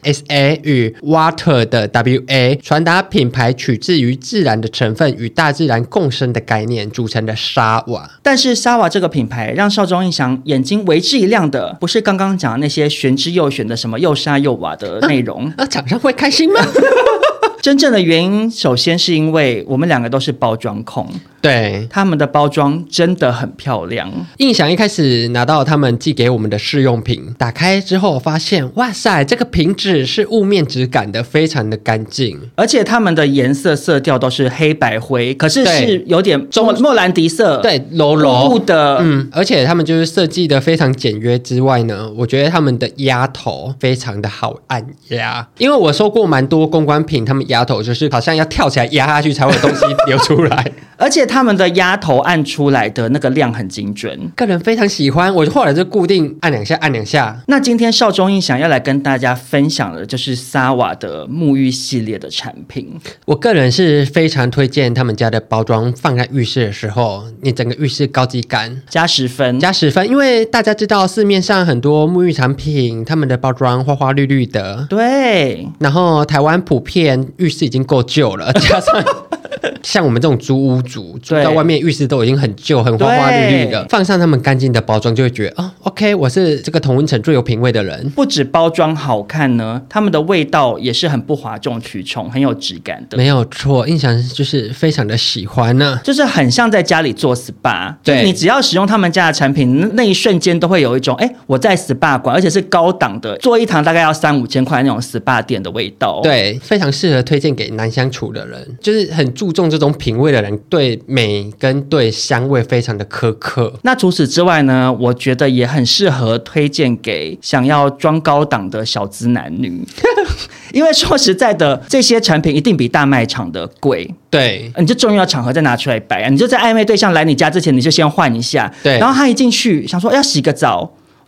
SA 与 Water 的 WA， 传达品牌取自于自然的成分与大自然共生的概念组成的 SAWA。 但是 SAWA 这个品牌让少中印象眼睛为之一亮的，不是刚刚讲的那些玄之又玄的什么又沙又瓦的内容。 厂商会开心吗？ 真正的原因，首先是因为我们两个都是包装控， 对， 他们的包装真的很漂亮。 印象一开始拿到他们寄给我们的试用品，打开之后发现，哇塞，这个瓶子是雾面质感的，非常的干净， 而且他们的颜色色调都是黑白灰，可是是有点莫兰迪色， 对，柔雾的， 而且他们就是设计的非常简约之外呢，我觉得他们的压头非常的好按压，因为我收过蛮多公关品，他们压头就是好像要跳起来压下去才会有东西流出来。 而且他们的压头按出来的那个量很精准， 个人非常喜欢。我后来就固定按2下，按2下。 那今天少中印象要来跟大家分享的就是 SAWA 的沐浴系列的产品。 我个人是非常推荐他们家的包装，放在浴室的时候，你整个浴室高级感加10分， 加10分。因为大家知道市面上很多沐浴产品，他们的包装花花绿绿的， 对。 然后台湾普遍浴室已经够旧了，加上像我们这种租屋族，住到外面浴室都已经很旧、很花花绿绿的，放上他们干净的包装，就会觉得哦 ，OK， 我是这个同温层最有品味的人。 不止包装好看呢，他们的味道也是很不哗众取宠，很有质感的。 没有错，印象就是非常的喜欢呢， 就是很像在家里做 SPA。对，你只要使用他们家的产品，那一瞬间都会有一种我在 SPA 馆，而且是高档的，做一堂大概要3-5千块那种 SPA 店的味道。 对，非常适合推荐给难相处的人，就是很注重这种品味的人，对美跟对香味非常的苛刻。 那除此之外呢，我觉得也很适合推荐给想要装高档的小资男女。因为说实在的，这些产品一定比大卖场的贵。 对， 你就重要场合再拿出来摆啊！你就在暧昧对象来你家之前，你就先换一下。 对， 然后他一进去想说要洗个澡，哇，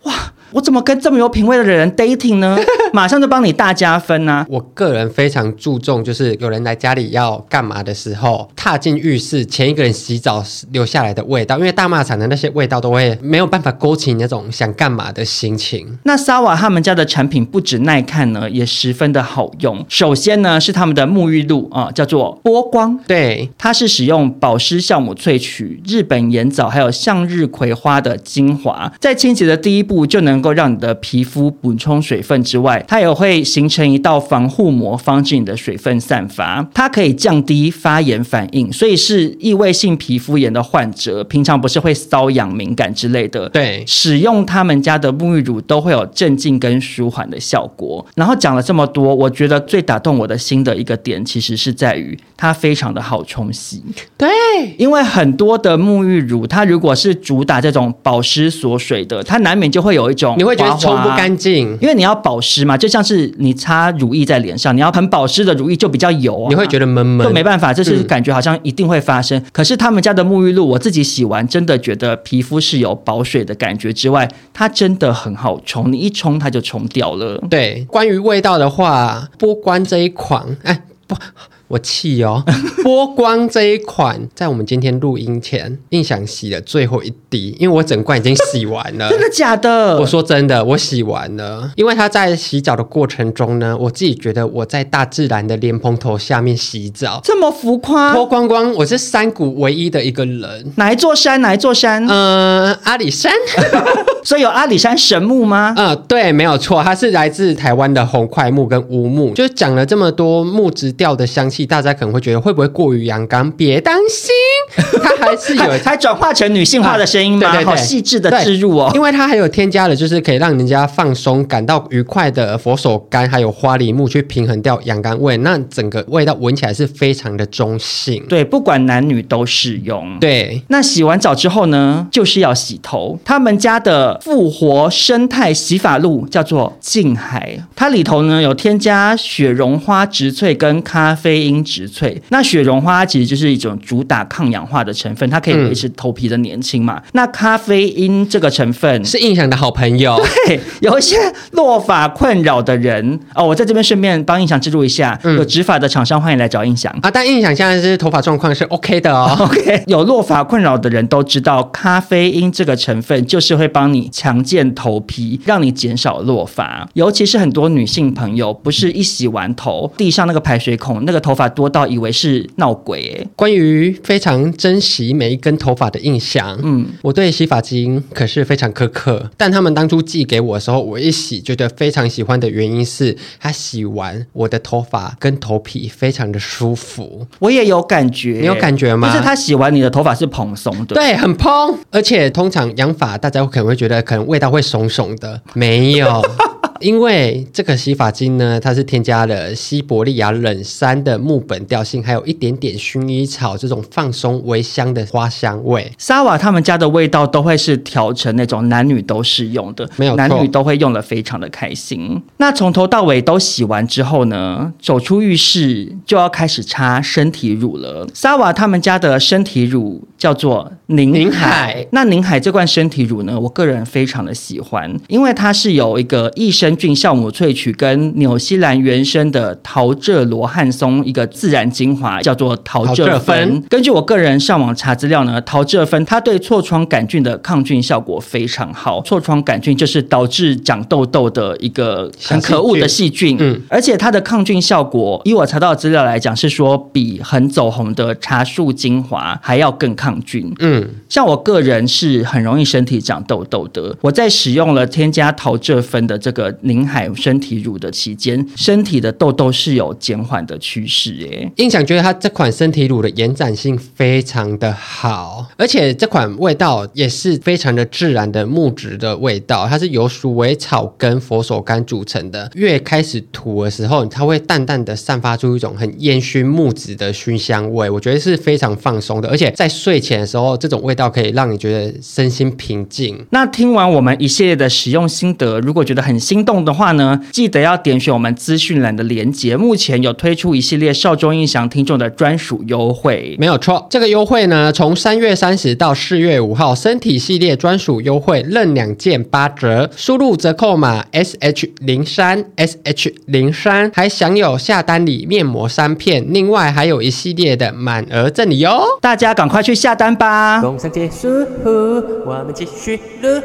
我怎么跟这么有品味的人 dating 呢？马上就帮你大加分啊！ 我个人非常注重，就是有人来家里要干嘛的时候，踏进浴室前一个人洗澡留下来的味道，因为大卖场的那些味道都会没有办法勾起那种想干嘛的心情。 那Sawa他们家的产品不止耐看呢，也十分的好用。首先呢是他们的沐浴露啊，叫做波光， 对， 它是使用保湿酵母萃取、日本岩藻还有向日葵花的精华，在清洁的第一步就能够让你的皮肤补充水分之外，它也会形成一道防护膜，防止你的水分散发。它可以降低发炎反应，所以是异位性皮肤炎的患者，平常不是会瘙痒敏感之类的， 对， 使用他们家的沐浴乳都会有镇静跟舒缓的效果。然后讲了这么多，我觉得最打动我的心的一个点，其实是在于它非常的好冲洗。 对， 因为很多的沐浴乳，它如果是主打这种保湿锁水的，它难免就会有一种你会觉得冲不干净， 因为你要保湿嘛，就像是你擦乳液在脸上，你要很保湿的乳液就比较油啊， 你会觉得闷闷， 就没办法，这是感觉好像一定会发生。可是他们家的沐浴露，我自己洗完真的觉得皮肤是有保水的感觉之外，它真的很好冲，你一冲它就冲掉了。 对，关于味道的话，波光这一款，我气哦！波光这一款，在我们今天录音前，印象洗了最后一滴，因为我整罐已经洗完了。 真的假的？ 我说真的，我洗完了。因为他在洗澡的过程中呢，我自己觉得我在大自然的莲蓬头下面洗澡， 这么浮夸， 脱光光，我是山谷唯一的一个人。 哪一座山？哪一座山？ 阿里山。 所以有阿里山神木吗？ 对，没有错，它是来自台湾的红块木跟乌木。就是讲了这么多木质调的香气，大家可能会觉得会不会过于阳刚？别担心，它还是有还转化成女性化的声音吗？ 对对对， 好细致的置入哦。 因为它还有添加了，就是可以让人家放松、感到愉快的佛手柑，还有花梨木去平衡掉阳刚味，那整个味道闻起来是非常的中性。 对，不管男女都适用。 对， 那洗完澡之后呢，就是要洗头。他们家的复活生态洗发露叫做净海，它里头呢有添加雪绒花植萃跟咖啡因植萃。那雪绒花其实就是一种主打抗氧化的成分，它可以维持头皮的年轻嘛。那咖啡因这个成分是印象的好朋友。 对，有一些落发困扰的人哦，我在这边顺便帮印象植入一下，有植发的厂商欢迎来找印象啊。但印象现在是头发状况是 OK 的哦。 OK， 有落发困扰的人都知道，咖啡因这个成分就是会帮你强健头皮，让你减少落发。尤其是很多女性朋友，不是一洗完头，地上那个排水孔那个头发多到以为是闹鬼耶。 关于非常珍惜每一根头发的印象，我对洗发精可是非常苛刻。但他们当初寄给我的时候，我一洗觉得非常喜欢的原因是，它洗完我的头发跟头皮非常的舒服。 我也有感觉， 你有感觉吗？ 就是它洗完你的头发是蓬松的， 对，很蓬。而且通常养发大家可能会觉得可能味道会怂怂的，没有。因为这个洗发精呢，它是添加了西伯利亚冷杉的木本调性，还有一点点薰衣草这种放松微香的花香味。 Sawa他们家的味道都会是调成那种男女都适用的， 没有错， 男女都会用得非常的开心。那从头到尾都洗完之后呢，走出浴室就要开始擦身体乳了。Sawa他们家的身体乳叫做宁海。那宁海这罐身体乳呢，我个人非常的喜欢，因为它是有一个益生菌酵母萃取跟纽西兰原生的桃蔗罗汉松一个自然精华，叫做桃蔗酚。根据我个人上网查资料呢，桃蔗酚它对痤疮杆菌的抗菌效果非常好。痤疮杆菌就是导致长痘痘的一个很可恶的细菌，而且它的抗菌效果，以我查到的资料来讲，是说比很走红的茶树精华还要更抗菌。像我个人是很容易身体长痘痘的，我在使用了添加桃蔗酚的这个宁海身体乳的期间，身体的痘痘是有减缓的趋势耶。 印象觉得它这款身体乳的延展性非常的好，而且这款味道也是非常的自然的木质的味道，它是由鼠尾草跟佛手柑组成的。越开始涂的时候，它会淡淡的散发出一种很烟熏木质的熏香味，我觉得是非常放松的。而且在睡前的时候，这这种味道可以让你觉得身心平静。 那听完我们一系列的使用心得，如果觉得很心动的话呢，记得要点选我们资讯栏的连结，目前有推出一系列少中印象听众的专属优惠。 没有错，这个优惠呢，从3月30到4月5号，身体系列专属优惠，任2件8折，输入折扣码 SH03 SH03， 还享有下单礼面膜3片，另外还有一系列的满额赠礼哦， 大家赶快去下单吧！ 工商结束，我们继续了。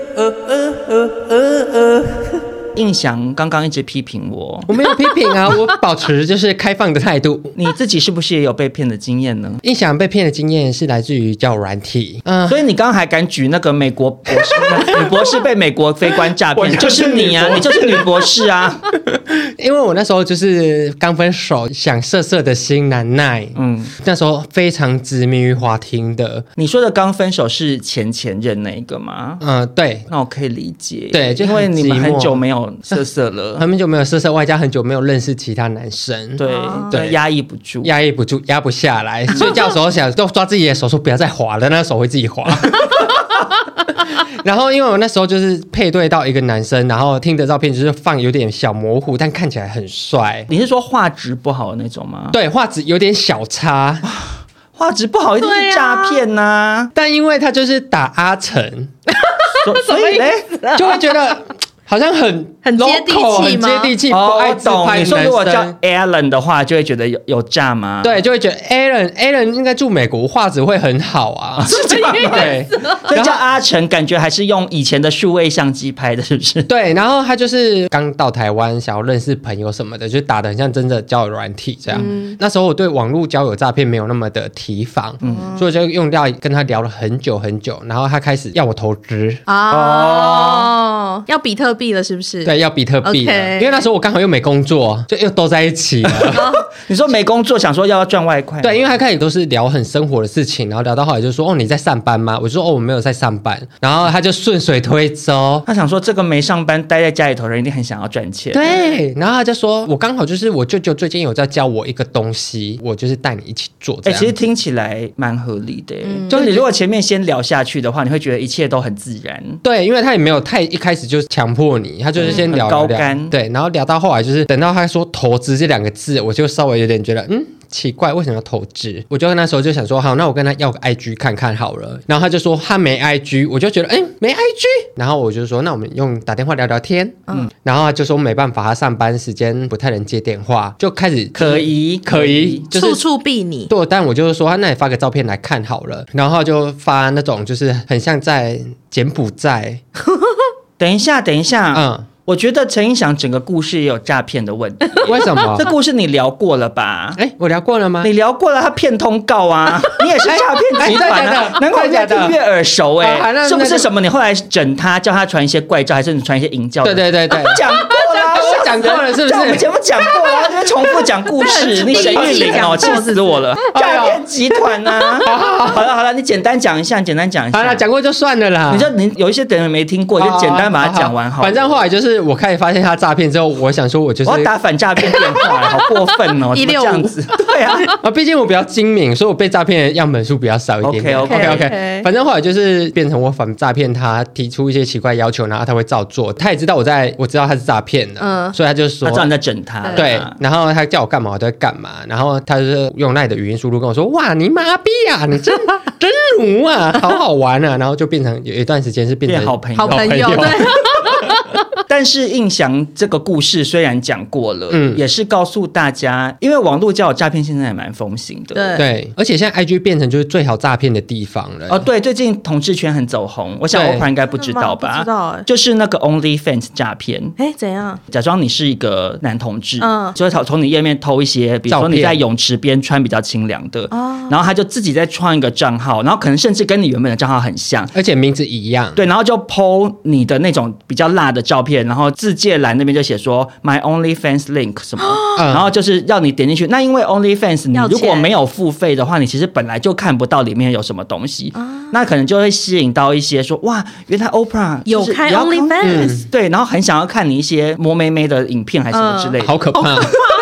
印象刚刚一直批评我没有批评啊，我保持就是开放的态度。 你自己是不是也有被骗的经验呢？ 印象被骗的经验是来自于交友软体， 所以你刚刚还敢举那个美国博士女博士被美国飞官诈骗，就是你啊，你就是女博士啊。 因为我那时候就是刚分手，想色色的心难耐，那时候非常执迷于滑听的。 你说的刚分手是前任那一个吗？ 对， 那我可以理解， 对，就因为你们很久没有色色了， 很久没有色色，外加很久没有认识其他男生， 对，压抑不住， 压不下来。睡觉的时候想都抓自己的手，说不要再滑了，那手会自己滑。然后因为我那时候就是配对到一个男生，然后听的照片就是放有点小模糊，但看起来很帅。 你是说画质不好的那种吗？ 对，画质有点小差。 画质不好一定是诈骗啊。 但因为他就是打阿成， 所以呢就会觉得好像很接地气吗？ 很接地气，不爱自拍的男生。 你说如果叫 Alan 的话，就会觉得有诈吗？ 对，就会觉得 Alan 应该住美国，画质会很好啊。 是这样，对。所以叫阿成，感觉还是用以前的数位相机拍的，是不是？ 对，然后他就是刚到台湾，想要认识朋友什么的，就打得很像真的交友软体这样。那时候我对网络交友诈骗没有那么的提防，所以就用掉跟他聊了很久很久，然后他开始要我投资要比特币了是不是？ 对，要比特币了，因为那时候我刚好又没工作，就又都在一起了。 你说没工作，想说要赚外快？ 对，因为他开始都是聊很生活的事情，然后聊到后来就说你在上班吗？我就说我没有在上班，然后他就顺水推舟， 他想说这个没上班待在家里头的人一定很想要赚钱。 对，然后他就说我刚好就是我舅舅最近有在教我一个东西，我就是带你一起做这样。 其实听起来蛮合理的，就是你如果前面先聊下去的话，你会觉得一切都很自然。 对，因为他也没有太一开始就强迫你，他就是先聊高干， 对，然后聊到后来就是等到他说投资这2个字，我就稍微有点觉得奇怪，为什么要投资？我就那时候就想说，好，那我跟他要个 IG 看看好了。然后他就说他没 IG， 我就觉得没 IG。然后我就说，那我们用打电话聊聊天。然后他就说没办法，他上班时间不太能接电话，就开始可疑， 就是处处避你。 对，但我就是说，那你发个照片来看好了。然后就发那种就是很像在柬埔寨。 等一下，我觉得陈映祥整个故事也有诈骗的问题。 为什么？ 这故事你聊过了吧？ 我聊过了吗？ 你聊过了，他骗通告啊，你也是诈骗集团啊，难怪越听越耳熟是不是什么？你后来整他，叫他传一些怪照，还是你传一些淫教？ 对， 讲过了， 我讲过了，是不是？ 在我们节目讲过了，这边重复讲故事，你沈玉琳气死我了！诈骗集团啊！好了，你简单讲一下。好了，讲过就算了啦。 你有一些等人没听过，就简单把它讲完好了。 反正后来就是我开始发现他诈骗之后，我想说我要打反诈骗电话，好过分哦！怎么这样子？对啊， 毕竟我比较精明，所以我被诈骗的样本数比较少一点点。OK。反正后来就是变成我反诈骗他，提出一些奇怪要求，然后他会照做。他也知道我知道他是诈骗的，所以他就说他知道你在整他。 对，然后他叫我干嘛我都在干嘛，然后他就是用赖的语音输入跟我说：“哇，你麻痹啊，你真奴啊，好好玩啊！”然后就变成有一段时间是变成好朋友。对。 但是印象这个故事虽然讲过了，也是告诉大家，因为网络交友诈骗现在也蛮风行的， 对，而且现在 IG 变成就是最好诈骗的地方了。 对，最近同志圈很走红，我想Oprah应该不知道吧？ 不知道就是那个 OnlyFans 诈骗， 怎样？ 假装你是一个男同志，就会从你页面偷一些，比如说你在泳池边穿比较清凉的，然后他就自己再创一个账号，然后可能甚至跟你原本的账号很像， 而且名字一样， 对，然后就 po 你的那种比较辣的照片，然后自介栏那边就写说 My OnlyFans link 什么，然后就是让你点进去。那因为 OnlyFans 你如果没有付费的话，你其实本来就看不到里面有什么东西，那可能就会吸引到一些说哇，原来 Oprah 有开 OnlyFans， 对，然后很想要看你一些摸妹妹的影片还是什么之类的， 好可怕。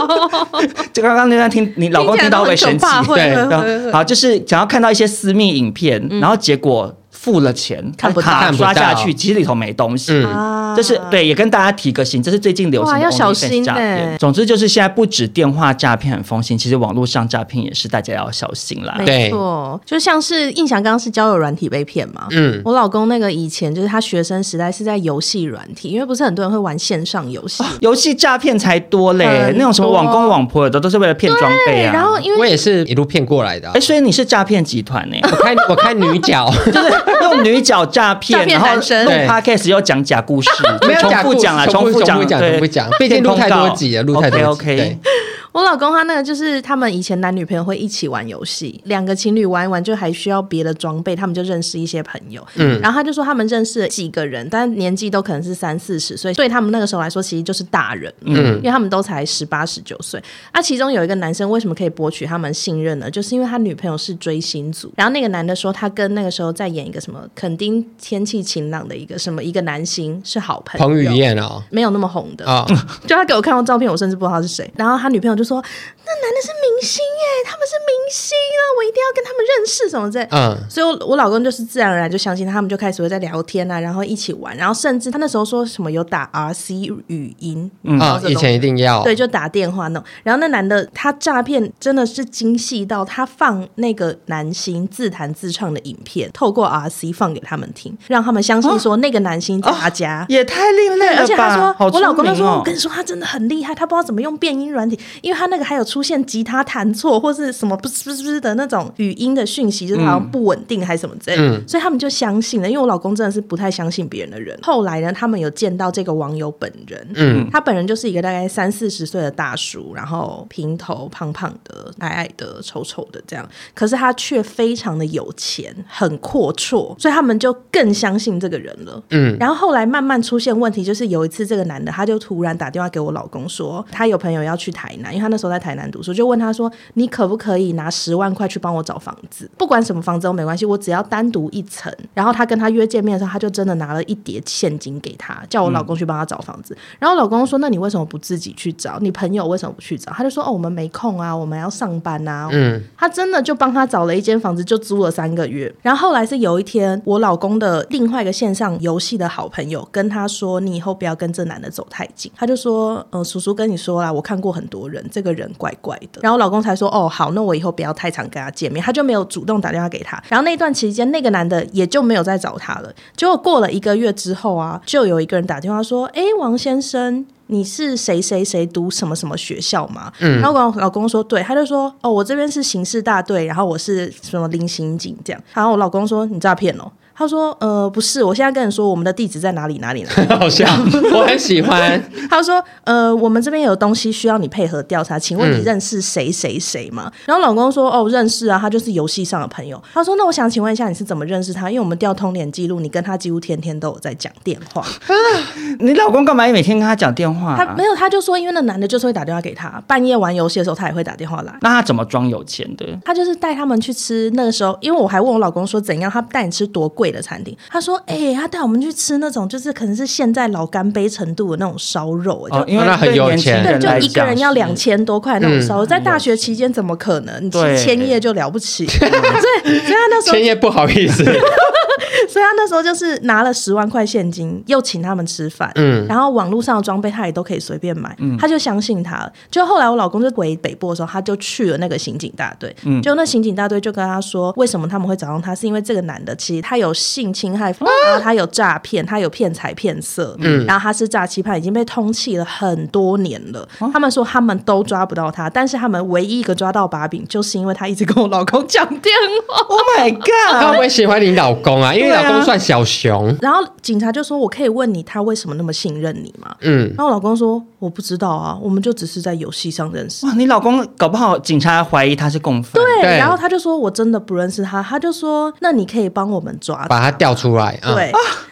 就刚刚那段听你老公听到会生气， 对， 好，就是想要看到一些私密影片，然后结果付了钱， 看不到， 刷下去，其实里头没东西。这是对，也跟大家提个醒，这是最近流行的 OnlyFans 诈骗。总之就是现在不止电话诈骗很风行，其实网络上诈骗也是，大家要小心啦。 没错，就像是印象刚刚是交友软体被骗嘛。我老公那个以前就是他学生时代是在游戏软体，因为不是很多人会玩线上游戏， 游戏诈骗才多嘞，那种什么网公网婆的都是为了骗装备啊。 然后因为我也是一路骗过来的。 所以你是诈骗集团呢？ 我开女角， 就是用女角诈骗，然后录 podcast 又讲假故事， 没有重复讲啦，重复讲， 毕竟录太多集了，录太多集。 OK。 我老公他那个就是他们以前男女朋友会一起玩游戏，两个情侣玩一玩就还需要别的装备，他们就认识一些朋友。然后他就说他们认识了几个人，但年纪都可能是30-40岁，对他们那个时候来说其实就是大人。因为他们都才18-19岁。其中有一个男生为什么可以博取他们信任呢？就是因为他女朋友是追星族，然后那个男的说他跟那个时候在演一个什么垦丁天气晴朗的一个男星是好朋友， 彭于晏哦， 没有那么红的。就他给我看过照片，我甚至不知道他是谁。然后他女朋友就说那男的是明星耶，他们是明星啊，我一定要跟他们认识什么之类。所以我老公就是自然而然就相信他们，就开始会在聊天啊，然后一起玩，然后甚至他那时候说什么有打 RC 语音， 以前一定要对，就打电话那种。然后那男的他诈骗真的是精细到他放那个男星自弹自唱的影片，透过 RC 放给他们听，让他们相信说那个男星在他家， 也太另类了吧。 而且他说我老公就说我跟你说他真的很厉害，他不知道怎么用变音软体，因为他那个还有出现吉他弹错或是什么不是的那种语音的讯息，就是好像不稳定还是什么之类的。所以他们就相信了。因为我老公真的是不太相信别人的人。后来呢，他们有见到这个网友本人，他本人就是一个大概30-40岁的大叔，然后平头胖胖的矮矮的丑丑的这样，可是他却非常的有钱，很阔绰，所以他们就更相信这个人了。然后后来慢慢出现问题，就是有一次这个男的他就突然打电话给我老公说他有朋友要去台南，因为他那时候在台南读书，就问他说你可不可以拿10万块去帮我找房子，不管什么房子都没关系，我只要单独一层。然后他跟他约见面的时候，他就真的拿了一叠现金给他，叫我老公去帮他找房子。然后老公说那你为什么不自己去找，你朋友为什么不去找？他就说我们没空啊，我们要上班啊。他真的就帮他找了一间房子，就租了3个月。然后后来是有一天我老公的另外一个线上游戏的好朋友跟他说你以后不要跟这男的走太近，他就说叔叔跟你说啦，我看过很多人，这个人怪怪的。然后老公才说好，那我以后不要太常跟他见面。他就没有主动打电话给他。然后那段期间那个男的也就没有再找他了。结果过了1个月之后啊，就有一个人打电话说王先生你是谁谁谁读什么什么学校吗？然后我老公说对，他就说我这边是刑事大队，然后我是什么林刑警这样。然后我老公说你诈骗哦。他说不是，我现在跟你说我们的地址在哪里哪里哪里。 好像我很喜欢。 他说我们这边有东西需要你配合调查，请问你认识谁谁谁吗？然后老公说认识啊，他就是游戏上的朋友。他说那我想请问一下你是怎么认识他，因为我们调通联记录，你跟他几乎天天都有在讲电话。 你老公干嘛每天跟他讲电话？ 他没有，他就说因为那男的就是会打电话给他，半夜玩游戏的时候他也会打电话来。 那他怎么装有钱的？ 他就是带他们去吃，那个时候因为我还问我老公说怎样他带你吃多贵的餐厅，他说他带我们去吃那种就是可能是现在老干杯程度的那种烧肉， 因为他很有钱， 对，就一个人要2000多块那种烧肉，在大学期间怎么可能？你吃千叶就了不起，所以他那时候千叶不好意思。 所以他那时候就是拿了10万块现金，又请他们吃饭，然后网络上的装备他也都可以随便买，他就相信他了。就后来我老公就回北部的时候，他就去了那个刑警大队，就那刑警大队就跟他说，为什么他们会找到他，是因为这个男的其实他有性侵害，然后他有诈骗，他有骗财骗色，然后他是诈欺犯，已经被通缉了很多年了。他们说他们都抓不到他，但是他们唯一一个抓到把柄，就是因为他一直跟我老公讲电话。 Oh my god！ 他会不会喜欢你老公啊？因为老公算小熊。 然后警察就说我可以问你他为什么那么信任你吗？然后我老公说我不知道啊，我们就只是在游戏上认识。 哇，你老公搞不好警察怀疑他是共犯。 对，然后他就说我真的不认识他，他就说那你可以帮我们抓他， 把他调出来。 对。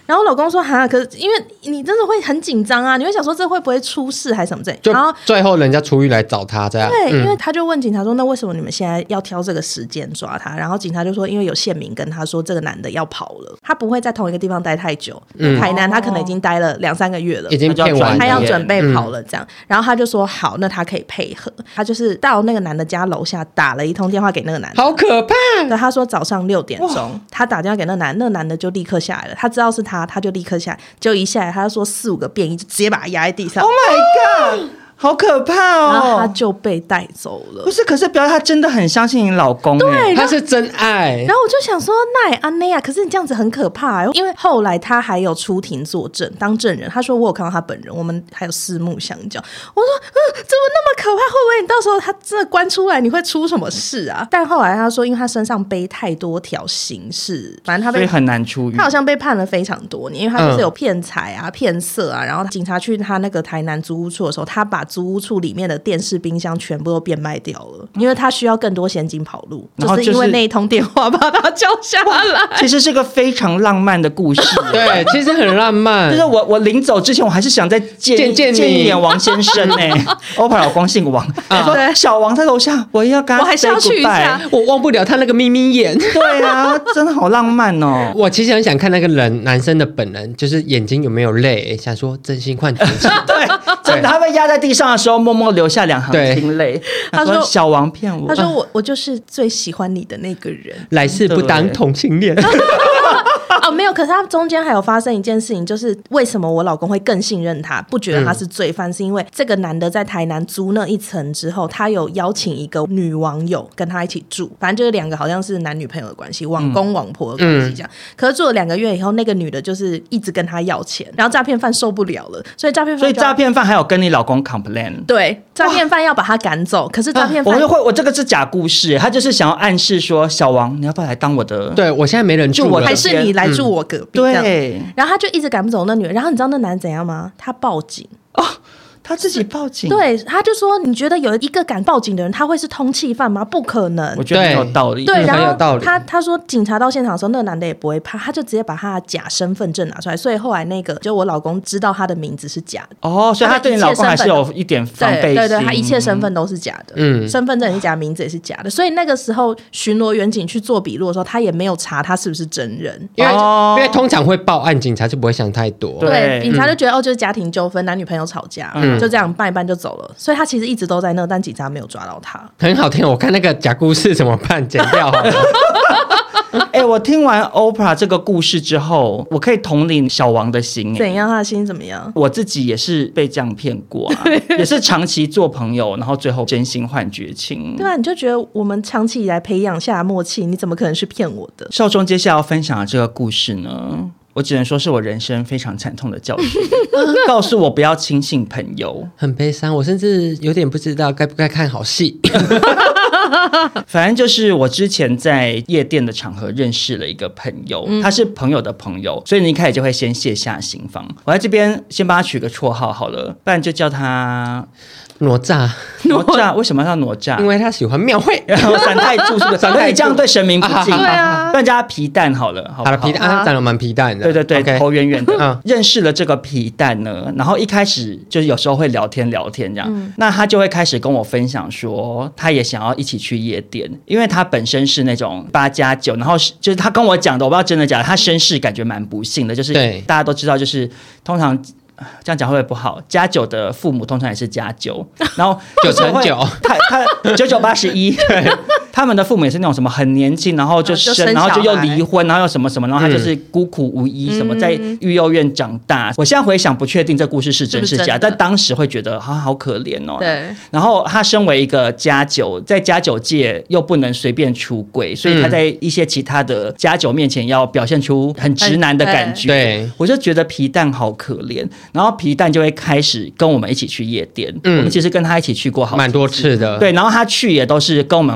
然后我老公说哈，可是因为你真的会很紧张啊，你会想说这会不会出事还是什么之类， 就然后最后人家出狱来找他这样。 对，因为他就问警察说，那为什么你们现在要挑这个时间抓他？然后警察就说，因为有县民跟他说这个男的要跑了，他不会在同一个地方待太久。台南他可能已经待了2-3个月了， 已经骗完了， 他要准备跑了这样。然后他就说好，那他可以配合。他就是到那个男的家楼下打了一通电话给那个男的， 好可怕。 对，他说早上6点钟，他打电话给那个男的就立刻下来了，他知道是他就立刻下来，就一下来他就说4-5个便衣就直接把他压在地上。 Oh my god！好可怕哦！ 然后他就被带走了。 不是，可是表示他真的很相信你老公， 对， 他是真爱。 然后我就想说，那也安内啊，可是你这样子很可怕，因为后来他还有出庭作证当证人，他说我有看到他本人，我们还有四目相交。我说，怎么那么可怕？会不会你到时候他真的关出来，你会出什么事啊？但后来他说，因为他身上背太多条刑事，反正他所以很难出狱。 他好像被判了非常多年，因为他就是有骗财啊、骗色啊。然后警察去他那个台南租屋处的时候，他把租屋处里面的电视、冰箱全部都变卖掉了，因为他需要更多现金跑路，就是因为那一通电话把他叫下来。 其实是个非常浪漫的故事， 对，其实很浪漫。 就是我临走之前，我还是想再见一眼王先生呢。Oprah 老公姓王，他说小王在楼下，我要跟他 say goodbye， 我还是要去一下， 我忘不了他那个眯眯眼。 对啊，真的好浪漫哦。 我其实很想看那个男生的本人，就是眼睛有没有泪，想说真心换绝情。 对，真的，他被压在地上的时候，默默流下2行清泪。他说小王骗我， 他说我就是最喜欢你的那个人， 来世不当同性恋。 哦，没有，可是他中间还有发生一件事情，就是为什么我老公会更信任他，不觉得他是罪犯，是因为这个男的在台南租那一层之后，他有邀请一个女网友跟他一起住，反正就是2个好像是男女朋友的关系，网公网婆的关系这样。可是住了2个月以后，那个女的就是一直跟他要钱，然后诈骗犯受不了了，所以诈骗犯还有跟你老公 complain， 对，诈骗犯要把他赶走，可是诈骗犯我这个是假故事，他就是想要暗示说小王你要不要来当我的， 对我现在没人住了， 还是你来住我隔壁， 对， 然后他就一直赶不走那女人，然后你知道那男人怎样吗？他报警哦。他自己报警， 对，他就说你觉得有一个敢报警的人他会是通缉犯吗？不可能。 我觉得很有道理， 对，然后道理他说警察到现场的时候，那个男的也不会怕，他就直接把他的假身份证拿出来，所以后来那个就我老公知道他的名字是假的哦，所以他对你老公还是有一点防备心， 对，他一切身份都是假的，身份证也是假，名字也是假的，所以那个时候巡逻员警去做笔录的时候，他也没有查他是不是真人， 因为通常会报案，警察就不会想太多， 对，警察就觉得就是家庭纠纷，男女朋友吵架，就这样办一办就走了，所以他其实一直都在那，但警察没有抓到他。 很好听，我看那个假故事怎么办，剪掉好了。 我听完 Oprah 这个故事之后，我可以同理小王的心。 怎样？他的心怎么样？ 我自己也是被这样骗过啊，也是长期做朋友，然后最后真心换绝情。 对啊，你就觉得我们长期以来培养下的默契，你怎么可能是骗我的？ 少中接下来要分享的这个故事呢，我只能说是我人生非常惨痛的教训，告诉我不要轻信朋友。 很悲伤，我甚至有点不知道该不该看好戏。 反正就是我之前在夜店的场合认识了一个朋友，他是朋友的朋友，所以你一开始就会先卸下心防。我在这边先帮他取个绰号好了，不然就叫他哪吒。 哪吒为什么要哪吒？ 因为他喜欢庙会。 然后三太柱是不是？可以这样对神明不敬对啊， 不然叫他皮蛋好了。 好了，皮蛋他长得蛮皮蛋的。 对对对， okay， 头圆圆的。认识了这个皮蛋呢，然后一开始就是有时候会聊天这样，那他就会开始跟我分享说，他也想要一起去夜店，因为他本身是那种8+9，然后就是他跟我讲的，我不知道真的假的，他身世感觉蛮不幸的，就是大家都知道，就是通常。这样讲会不会不好？+9的父母通常也是+9，然后 9乘9， 他9981，对，他们的父母也是那种什么很年轻，然后就生，然后就又离婚，然后又什么什么，然后他就是孤苦无依，什么在育幼院长大。我现在回想不确定这故事是真是假，但当时会觉得好可怜哦。 对。 然后他身为一个+9，在+9界又不能随便出柜，所以他在一些其他的+9面前要表现出很直男的感觉。 对， 我就觉得皮蛋好可怜。然后皮蛋就会开始跟我们一起去夜店，我们其实跟他一起去过蛮多次的， 对。然后他去也都是跟我们玩的算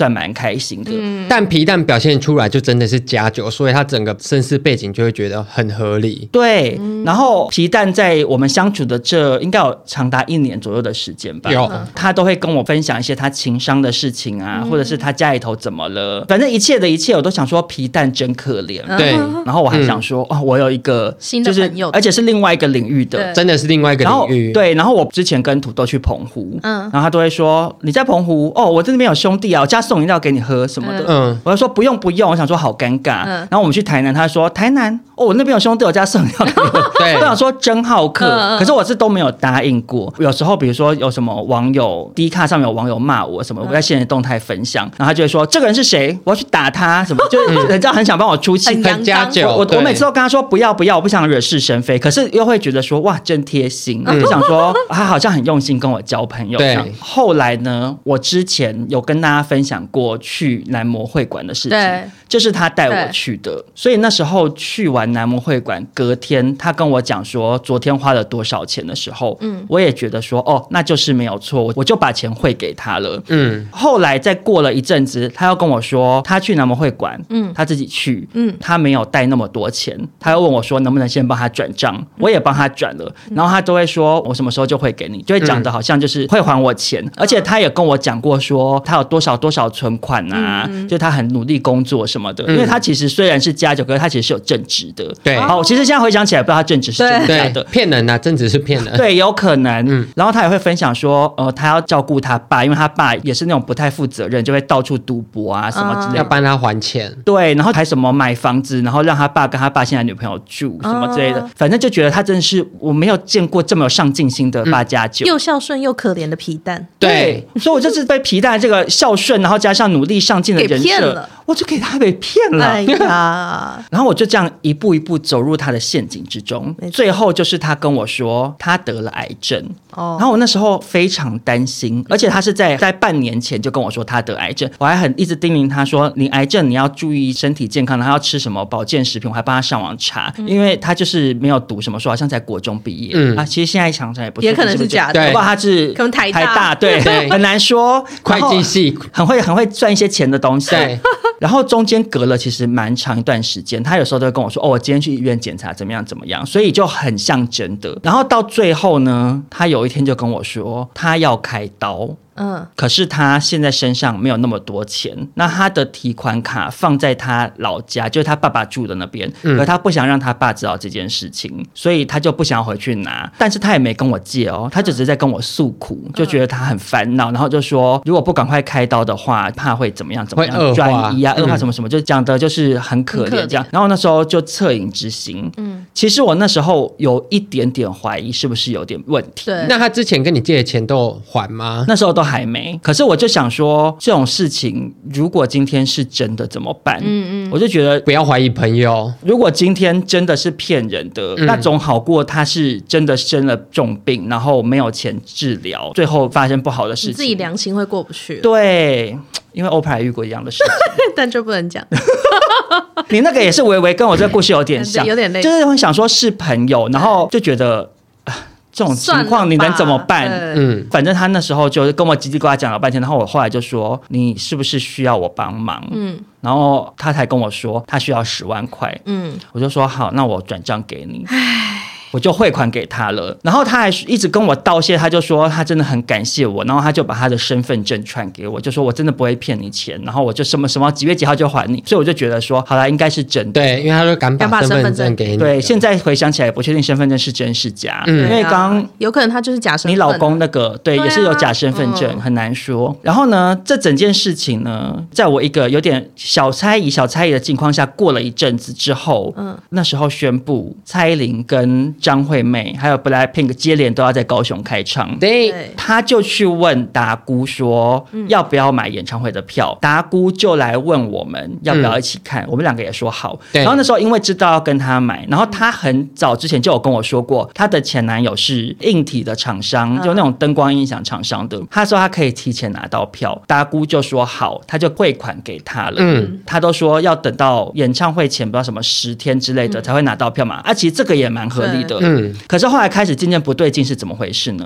算蛮开心的。 但皮蛋表现出来就真的是加酒，所以他整个身世背景就会觉得很合理。 对，然后皮蛋在我们相处的这应该有长达1年左右的时间吧，他都会跟我分享一些他情伤的事情啊，或者是他家里头怎么了，反正一切的一切我都想说皮蛋真可怜。 对， 然后我还想说我有一个新的朋友， 而且是另外一个领域的， 真的是另外一个领域。 对，然后我之前跟土豆去澎湖，然后他都会说你在澎湖我在那边有兄弟啊，我家送饮料给你喝什么的。我就说不用，我想说好尴尬。然后我们去台南，他说台南我那边有兄弟，我家送饮料给你喝。对，我想说真好客，可是我是都没有答应过。有时候比如说有什么网友 D 卡上面有网友骂我什么，我在现实动态分享，然后他就会说这个人是谁，我要去打他什么，就是人家很想帮我出气， 很加酒。 我每次都跟他说不要，我不想惹是生非，可是又会觉得说哇真贴心，就想说他好像很用心跟我交朋友。对，后来呢，我之前有跟大家分享过去男模会馆的事情，就是他带我去的，所以那时候去完男模会馆，隔天他跟我讲说昨天花了多少钱的时候，我也觉得说那就是没有错，我就把钱汇给他了。后来再过了一阵子，他又跟我说他去男模会馆，他自己去，他没有带那么多钱，他又问我说能不能先帮他转账，我也帮他转了，然后他都会说我什么时候就会给你，就会讲的好像就是会还我钱，而且他也跟我讲过说他有多少存款啊，就他很努力工作什么的，因为他其实虽然是加酒，可是他其实是有正职的。对，好，其实现在回想起来，不知道他正职是真的假的， 骗人啊，正职是骗人。 对，有可能。然后他也会分享说，他要照顾他爸，因为他爸也是那种不太负责任，就会到处赌博啊什么之类的， 要帮他还钱。 对，然后还什么买房子，然后让他爸跟他爸现在女朋友住什么之类的，反正就觉得他真的是我没有见过这么有上进心的八加九， 又孝顺又可怜的皮蛋。 对，所以我就是被皮蛋这个孝顺，然后加上努力上进的人设，我就给他被骗了。哎呀，然后我就这样一步一步走入他的陷阱之中，最后就是他跟我说他得了癌症。然后我那时候非常担心，而且他是在半年前就跟我说他得癌症，我还很一直叮咛他说你癌症你要注意身体健康，然后要吃什么保健食品，我还帮他上网查，因为他就是没有读什么书，好像在国中毕业其实现在想想也不是， 也可能是假的， 不知道他是可能台大对，很难说， 会计系很会赚一些钱的东西。对，然后中间隔了其实蛮长一段时间，他有时候都会跟我说我今天去医院检查怎么样，所以就很像真的。然后到最后呢，他有一天就跟我说他要开刀，可是他现在身上没有那么多钱，那他的提款卡放在他老家，就是他爸爸住的那边，可他不想让他爸知道这件事情，所以他就不想回去拿，但是他也没跟我借他就只是在跟我诉苦，就觉得他很烦恼，然后就说如果不赶快开刀的话，怕会怎么样转移啊，恶化什么什么，就讲的就是很可怜这样。然后那时候就恻隐之心，其实我那时候有一点点怀疑是不是有点问题。 对，那他之前跟你借的钱都有还吗？ 那时候都还没，可是我就想说这种事情如果今天是真的怎么办？我就觉得不要怀疑朋友， 如果今天真的是骗人的，那总好过他是真的生了重病，然后没有钱治疗，最后发生不好的事情， 你自己良心会过不去。 对，因为Oprah也遇过一样的事情但就不能讲你那个也是微微跟我这个故事有点像有点类似， 就是会想说是朋友，然后就觉得这种情况你能怎么办？反正他那时候就跟我叽叽呱呱讲了半天，然后我后来就说你是不是需要我帮忙？然后他才跟我说他需要10万块，我就说好，那我转账给你。我就汇款给他了，然后他还一直跟我道谢，他就说他真的很感谢我，然后他就把他的身份证传给我，就说我真的不会骗你钱，然后我就什么什么几月几号就还你，所以我就觉得说好啦，应该是真的。 对，因为他就敢把身份证给你。 对，现在回想起来不确定身份证是真是假，因为刚有可能他就是假身份， 你老公那个对也是有假身份证，很难说。然后呢，这整件事情呢，在我一个有点小猜疑的情况下，过了一阵子之后，那时候宣布蔡依林跟张惠妹还有 BLACKPINK 接连都要在高雄开唱，对，他就去问达姑说要不要买演唱会的票，达姑就来问我们要不要一起看，我们两个也说好。然后那时候因为知道要跟他买，然后他很早之前就有跟我说过，他的前男友是硬体的厂商，就那种灯光音响厂商的，他说他可以提前拿到票，达姑就说好，他就汇款给他了。他都说要等到演唱会前不知道什么10天之类的才会拿到票嘛，其实这个也蛮合理的。可是后来开始渐渐不对劲是怎么回事呢？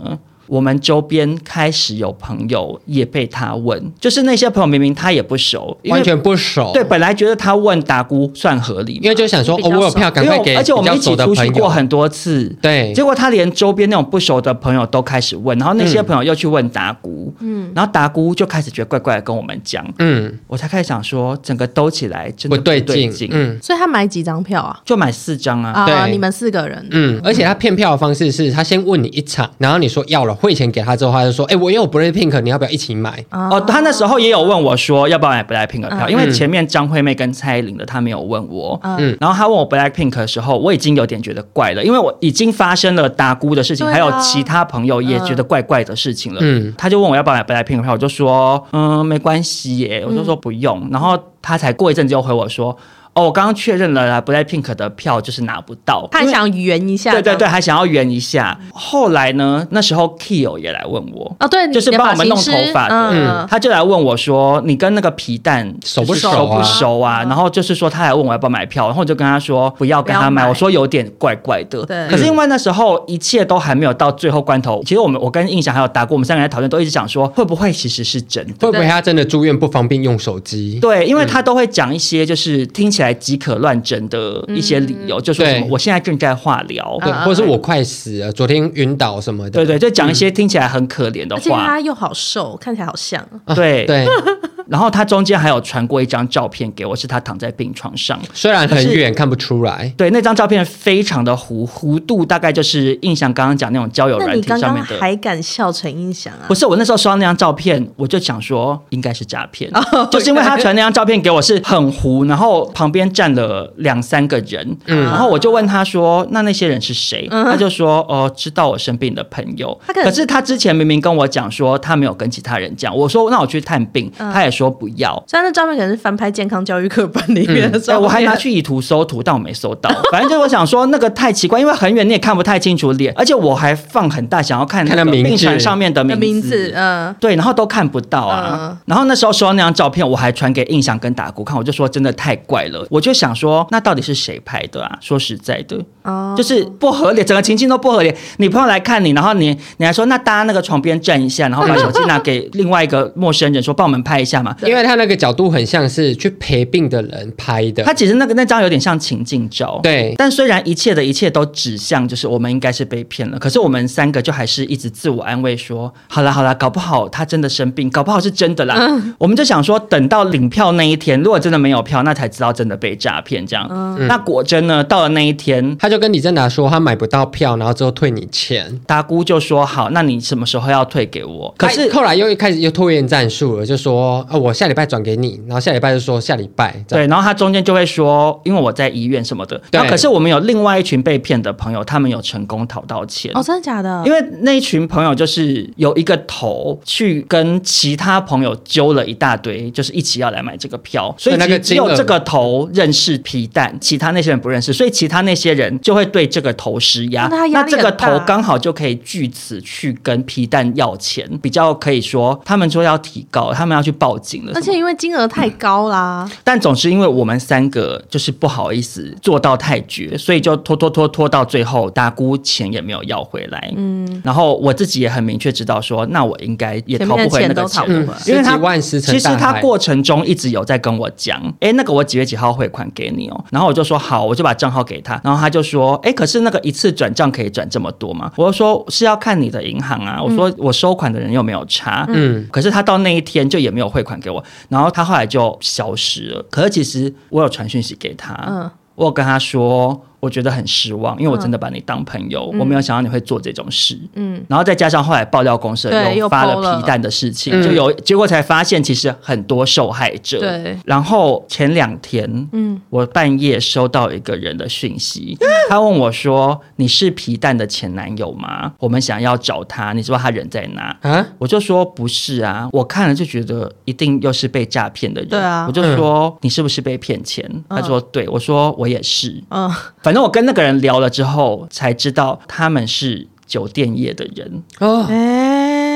我们周边开始有朋友也被他问，就是那些朋友明明他也不熟， 完全不熟。 对，本来觉得他问达姑算合理， 因为就想说我有票，赶快给而且我们一起出去过很多次， 对， 结果他连周边那种不熟的朋友都开始问，然后那些朋友又去问达姑，然后达姑就开始觉得怪怪的跟我们讲，我才开始想说整个兜起来真的不对劲， 所以他买几张票啊？ 就买4张啊， 对，你们4个人， 而且他骗票的方式是他先问你1场，然后你说要了，汇钱给他之后，他就说，我也有 BLACKPINK， 你要不要一起买？ 他那时候也有问我说要不要买 BLACKPINK 的票，因为前面张惠妹跟蔡依林的他没有问我，然后他问我 BLACKPINK 的时候，我已经有点觉得怪了，因为我已经发生了达姑的事情，还有其他朋友也觉得怪怪的事情了，他就问我要不要买 BLACKPINK 的票，我就说没关系耶，我就说不用，然后他才过一阵子又回我说，我刚刚确认了 BLACKPINK 的票就是拿不到， 他想圆一下， 对，还想要圆一下。后来呢，那时候 Kyo 也来问我， 对， 就是帮我们弄头发的，他就来问我说，你跟那个皮蛋熟不熟啊？然后就是说他来问我要不要买票，然后我就跟他说不要跟他买，我说有点怪怪的。可是因为那时候一切都还没有到最后关头，其实我跟印象还有达姑，我们3个人在讨论，都一直想说会不会其实是真的， 会不会他真的住院不方便用手机？ 对，因为他都会讲一些就是听起来极可乱真的一些理由，就说什么我现在正在化疗， 或者是我快死了，昨天晕倒什么的， 对，就讲一些听起来很可怜的话。而且他又好瘦，看起来好像， 对。然后他中间还有传过一张照片给我，是他躺在病床上， 虽然很远看不出来。 对，那张照片非常的糊度，大概就是印象刚刚讲那种交友软体上面的。 那你刚刚还敢笑成印象啊？ 不是，我那时候收到那张照片，我就想说应该是诈骗，就是因为他传那张照片给我是很糊，然后旁边站了2-3个人，然后我就问他说那些人是谁？他就说知道我生病的朋友。可是他之前明明跟我讲说他没有跟其他人讲，我说那我去探病，他也说不要。 虽然那照片可能是翻拍健康教育课本里面的照片， 我还拿去以图搜图，但我没搜到。反正就是我想说那个太奇怪，因为很远你也看不太清楚脸，而且我还放很大想要看那个病床上面的名字，对，然后都看不到啊。然后那时候收到那张照片，我还传给印象跟达姑看，我就说真的太怪了，我就想说那到底是谁拍的啊？说实在的，就是不合理，整个情境都不合理。你朋友来看你，然后你还说那大家那个床边站一下，然后把手机拿给另外一个陌生人说帮我们拍一下嘛， 因为他那个角度很像是去陪病的人拍的， 他其实那张有点像情境照， 对。 但虽然一切都指向就是我们应该是被骗了，可是我们3个就还是一直自我安慰说好啦，搞不好他真的生病，搞不好是真的啦。我们就想说等到领票那一天，如果真的没有票，那才知道真的被诈骗这样。那果真呢，到了那一天， 他就跟李正达说他买不到票，然后之后退你钱。 达姑就说好，那你什么时候要退给我？可是后来又开始又拖延战术了，就说我下礼拜转给你，然后下礼拜就说下礼拜。 对，然后他中间就会说因为我在医院什么的，然后可是我们有另外一群被骗的朋友，他们有成功讨到钱。 真的假的？ 因为那一群朋友就是有一个头去跟其他朋友揪了一大堆，就是一起要来买这个票，所以只有这个头认识皮蛋，其他那些人不认识，所以其他那些人就会对这个头施压，那这个头刚好就可以据此去跟皮蛋要钱，比较可以说他们说要提高，他们要去报警了， 而且因为金额太高啦。 但总是因为我们3个就是不好意思做到太绝，所以就拖到最后，达姑钱也没有要回来。然后我自己也很明确知道说，那我应该也逃不回那个钱， 因为他其实他过程中一直有在跟我讲，那个我几月几号汇款给你哦，然后我就说好，我就把账号给他，然后他就说，可是那个一次转账可以转这么多吗？我就说是要看你的银行啊，我说我收款的人又没有差，可是他到那一天就也没有汇款给我，然后他后来就消失了。可是其实我有传讯息给他，我有跟他说我觉得很失望，因为我真的把你当朋友，我没有想到你会做这种事。然后再加上后来爆料公社又发了皮蛋的事情，就有结果才发现其实很多受害者。 对。 然后前2天，我半夜收到一个人的讯息，他问我说：“你是皮蛋的前男友吗？我们想要找他，你知道他人在哪？”我就说不是啊，我看了就觉得一定又是被诈骗的人。 对啊。 我就说你是不是被骗钱？他说对，我说我也是。反正我跟那个人聊了之后，才知道他们是酒店业的人。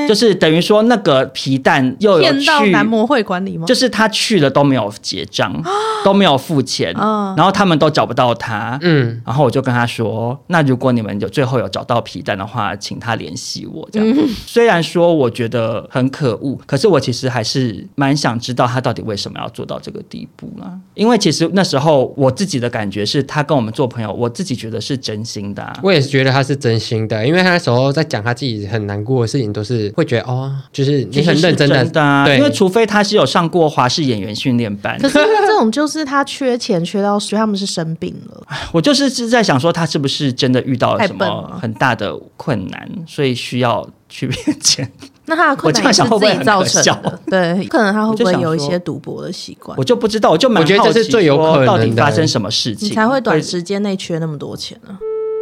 就是等于说那个皮蛋又有骗到男模会馆里吗？ 就是他去了都没有结账，都没有付钱，然后他们都找不到他，然后我就跟他说，那如果你们最后有找到皮蛋的话，请他联系我这样。虽然说我觉得很可恶，可是我其实还是蛮想知道他到底为什么要做到这个地步啦。因为其实那时候我自己的感觉是他跟我们做朋友，我自己觉得是真心的我也是觉得他是真心的，因为他那时候在讲他自己很难过的事情，都是会觉得就是你很认真的， 对，因为除非他是有上过华视演员训练班， 可是这种就是他缺钱缺到他们是生病了。 我就是在想说他是不是真的遇到了什么很大的困难，所以需要去骗钱。 那他的困难也是自己造成的，对，可能他会不会有一些赌博的习惯？ 我就不知道，我就蛮好奇， 我觉得这是最有可能的， 到底发生什么事情， 你才会短时间内缺那么多钱呢？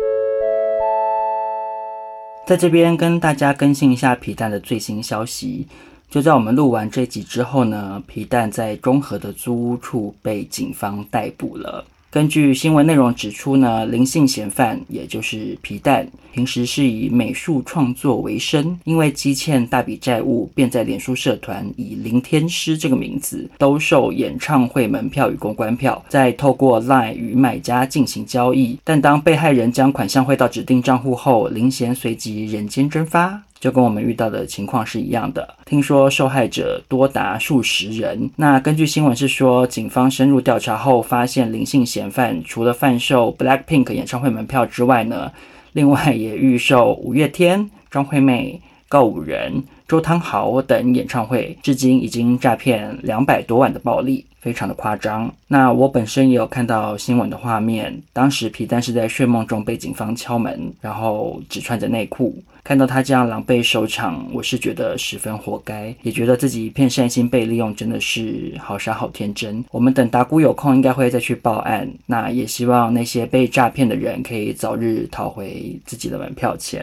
在这边跟大家更新一下皮蛋的最新消息。就在我们录完这集之后呢，皮蛋在中和的租屋处被警方逮捕了。根据新闻内容指出呢，林姓嫌犯也就是皮蛋，平时是以美术创作为生，因为积欠大笔债务，便在脸书社团以林天师这个名字兜售演唱会门票与公关票，再透过 LINE 与买家进行交易。但当被害人将款项汇到指定账户后，林嫌随即人间蒸发，就跟我们遇到的情况是一样的。听说受害者多达数十人。那根据新闻是说，警方深入调查后发现林姓嫌犯除了贩售 BLACKPINK 演唱会门票之外呢，另外也预售五月天、张惠妹、告五人、周汤豪等演唱会，至今已经诈骗200多万的暴利，非常的夸张。那我本身也有看到新闻的画面，当时皮蛋是在睡梦中被警方敲门，然后只穿着内裤。看到他这样狼狈收场，我是觉得十分活该，也觉得自己一片善心被利用，真的是好傻好天真。我们等达姑有空应该会再去报案，那也希望那些被诈骗的人可以早日讨回自己的门票钱。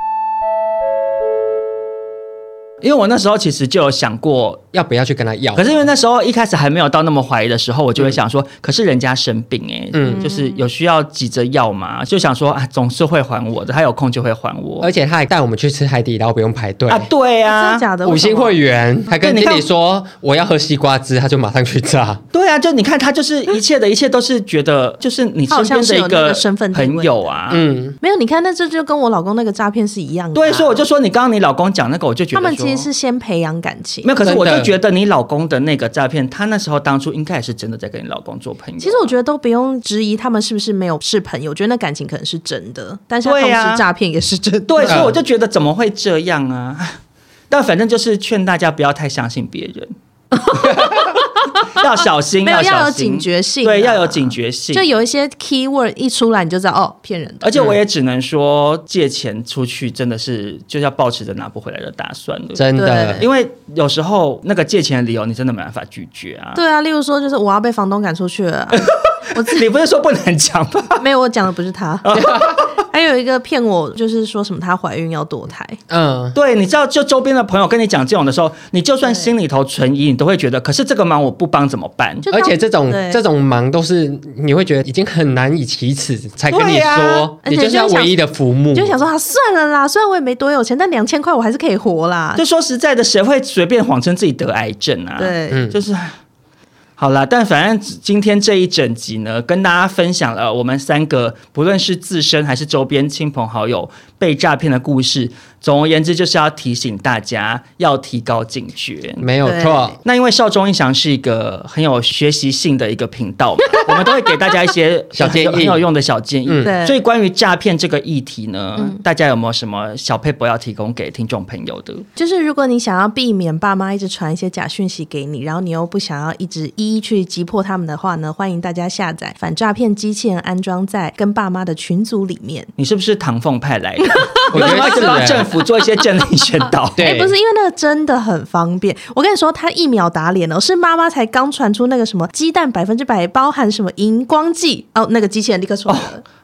因为我那时候其实就有想过要不要去跟他要， 可是因为那时候一开始还没有到那么怀疑的时候，我就会想说，可是人家生病就是有需要急着要嘛，就想说总是会还我的，他有空就会还我。 而且他还带我们去吃海底捞，不用排队对啊， 真的假的？ 5星会员，还跟经理说我要喝西瓜汁，他就马上去榨。 对啊，就你看他就是一切都是觉得就是你身边的一个朋友啊。 没有，你看那这就跟我老公那个诈骗是一样的。 对，所以我就说你刚刚你老公讲那个，我就觉得他们其实是先培养感情。 没有，可是我就觉得你老公的那个诈骗，他那时候当初应该也是真的在跟你老公做朋友。 其实我觉得都不用质疑他们是不是没有是朋友，我觉得那感情可能是真的，但是他同时诈骗也是真的。 对，所以我就觉得怎么会这样啊？但反正就是劝大家不要太相信别人。要小心， 没有要有警觉性， 对，要有警觉性。 就有一些 keyword 一出来，你就知道骗人的。 而且我也只能说，借钱出去真的是就要抱持着拿不回来的打算了， 真的。 因为有时候那个借钱的理由，你真的没办法拒绝啊。 对啊，例如说就是我要被房东赶出去了。 你不是说不能讲吗？ 没有，我讲的不是他。还有一个骗我，就是说什么她怀孕要堕胎。 对，你知道，就周边的朋友跟你讲这种的时候，你就算心里头存疑，你都会觉得，可是这个忙我不帮怎么办？ 而且这种忙都是你会觉得已经很难以启齿，才跟你说，你就是要唯一的浮木。 你就想说，算了啦，虽然我也没多有钱，但2000块我还是可以活啦。 就说实在的，谁会随便谎称自己得癌症啊？ 对， 就是。好啦，但反正今天这一整集呢，跟大家分享了我们3个不论是自身还是周边亲朋好友被诈骗的故事。总而言之，就是要提醒大家要提高警觉， 没有错。 那因为少中印象是一个很有学习性的一个频道嘛，我们都会给大家一些小建议， 很有用的小建议。 所以关于诈骗这个议题呢，大家有没有什么小撇步要提供给听众朋友的？ 就是如果你想要避免爸妈一直传一些假讯息给你，然后你又不想要一直一一去击破他们的话呢，欢迎大家下载反诈骗机器人，安装在跟爸妈的群组里面。 你是不是唐凤派来的？我觉得一直帮政府做一些正力宣导。 对，不是因为那个真的很方便。我跟你说，他1秒打脸哦，是妈妈才刚传出那个什么鸡蛋100%包含什么荧光剂哦，那个机器人立刻出来了。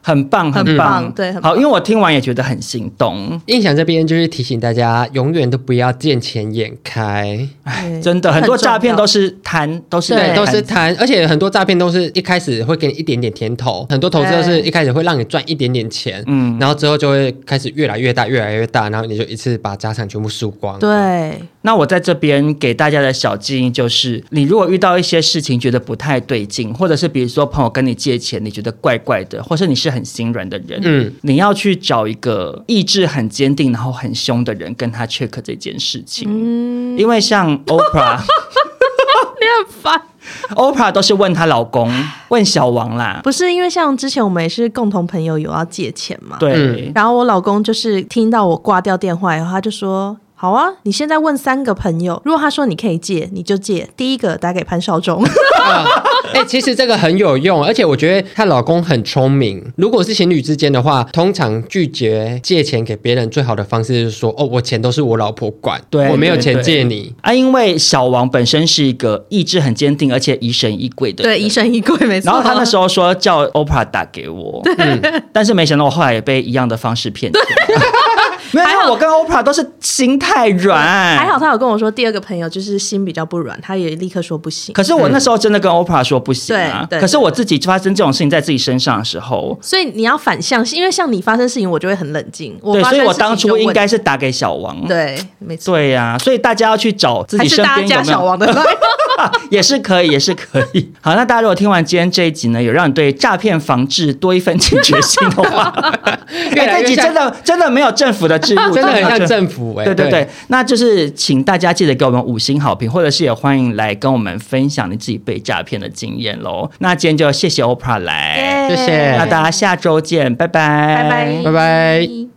很棒， 很棒，对， 好，因为我听完也觉得很心动。 印象这边就是提醒大家，永远都不要见钱眼开。 真的，很多诈骗都是贪，都是贪，而且很多诈骗都是一开始会给你一点点甜头，很多投资都是一开始会让你赚一点点钱，然后之后就会开始越来越大，越来越大，然后你就一次把家产全部输光。 对， 那我在这边给大家的小建议就是，你如果遇到一些事情觉得不太对劲，或者是比如说朋友跟你借钱，你觉得怪怪的，或是你是很心软的人，你要去找一个意志很坚定然后很凶的人跟他 check 这件事情，因为像 Oprah 你很烦。 Oprah 都是问她老公，问小王啦， 不是因为像之前我们也是共同朋友有要借钱嘛， 对， 然后我老公就是听到我挂掉电话以后，他就说。好啊，你现在问3个朋友，如果他说你可以借，你就借。第一个打给潘少忠。 其实这个很有用，而且我觉得她老公很聪明。如果是情侣之间的话，通常拒绝借钱给别人最好的方式就是说，我钱都是我老婆管， 对， 我没有钱借你啊。因为小王本身是一个意志很坚定，而且疑神疑鬼的人， 对，疑神疑鬼没错。 然后他那时候说叫 Oprah 打给我，但是没想到我后来也被一样的方式骗钱。没有，因为我跟 Oprah 都是心太软， 还好他有跟我说第2个朋友就是心比较不软，他也立刻说不行。 可是我那时候真的跟 Oprah 说不行啊，可是我自己发生这种事情在自己身上的时候， 所以你要反向，因为像你发生事情我就会很冷静， 对，所以我当初应该是打给小王， 对，没错， 对呀，所以大家要去找自己身边有没有，还是大家加小王的也是可以，也是可以。好，那大家如果听完今天这一集呢，有让你对诈骗防治多一份警觉性的话，这集真的没有政府的置入， 真的很像政府对，那就是请大家记得给我们5星好评，或者是也欢迎来跟我们分享你自己被诈骗的经验咯。那今天就谢谢 Oprah 来， 谢谢， 那大家下周见，拜拜， 拜拜。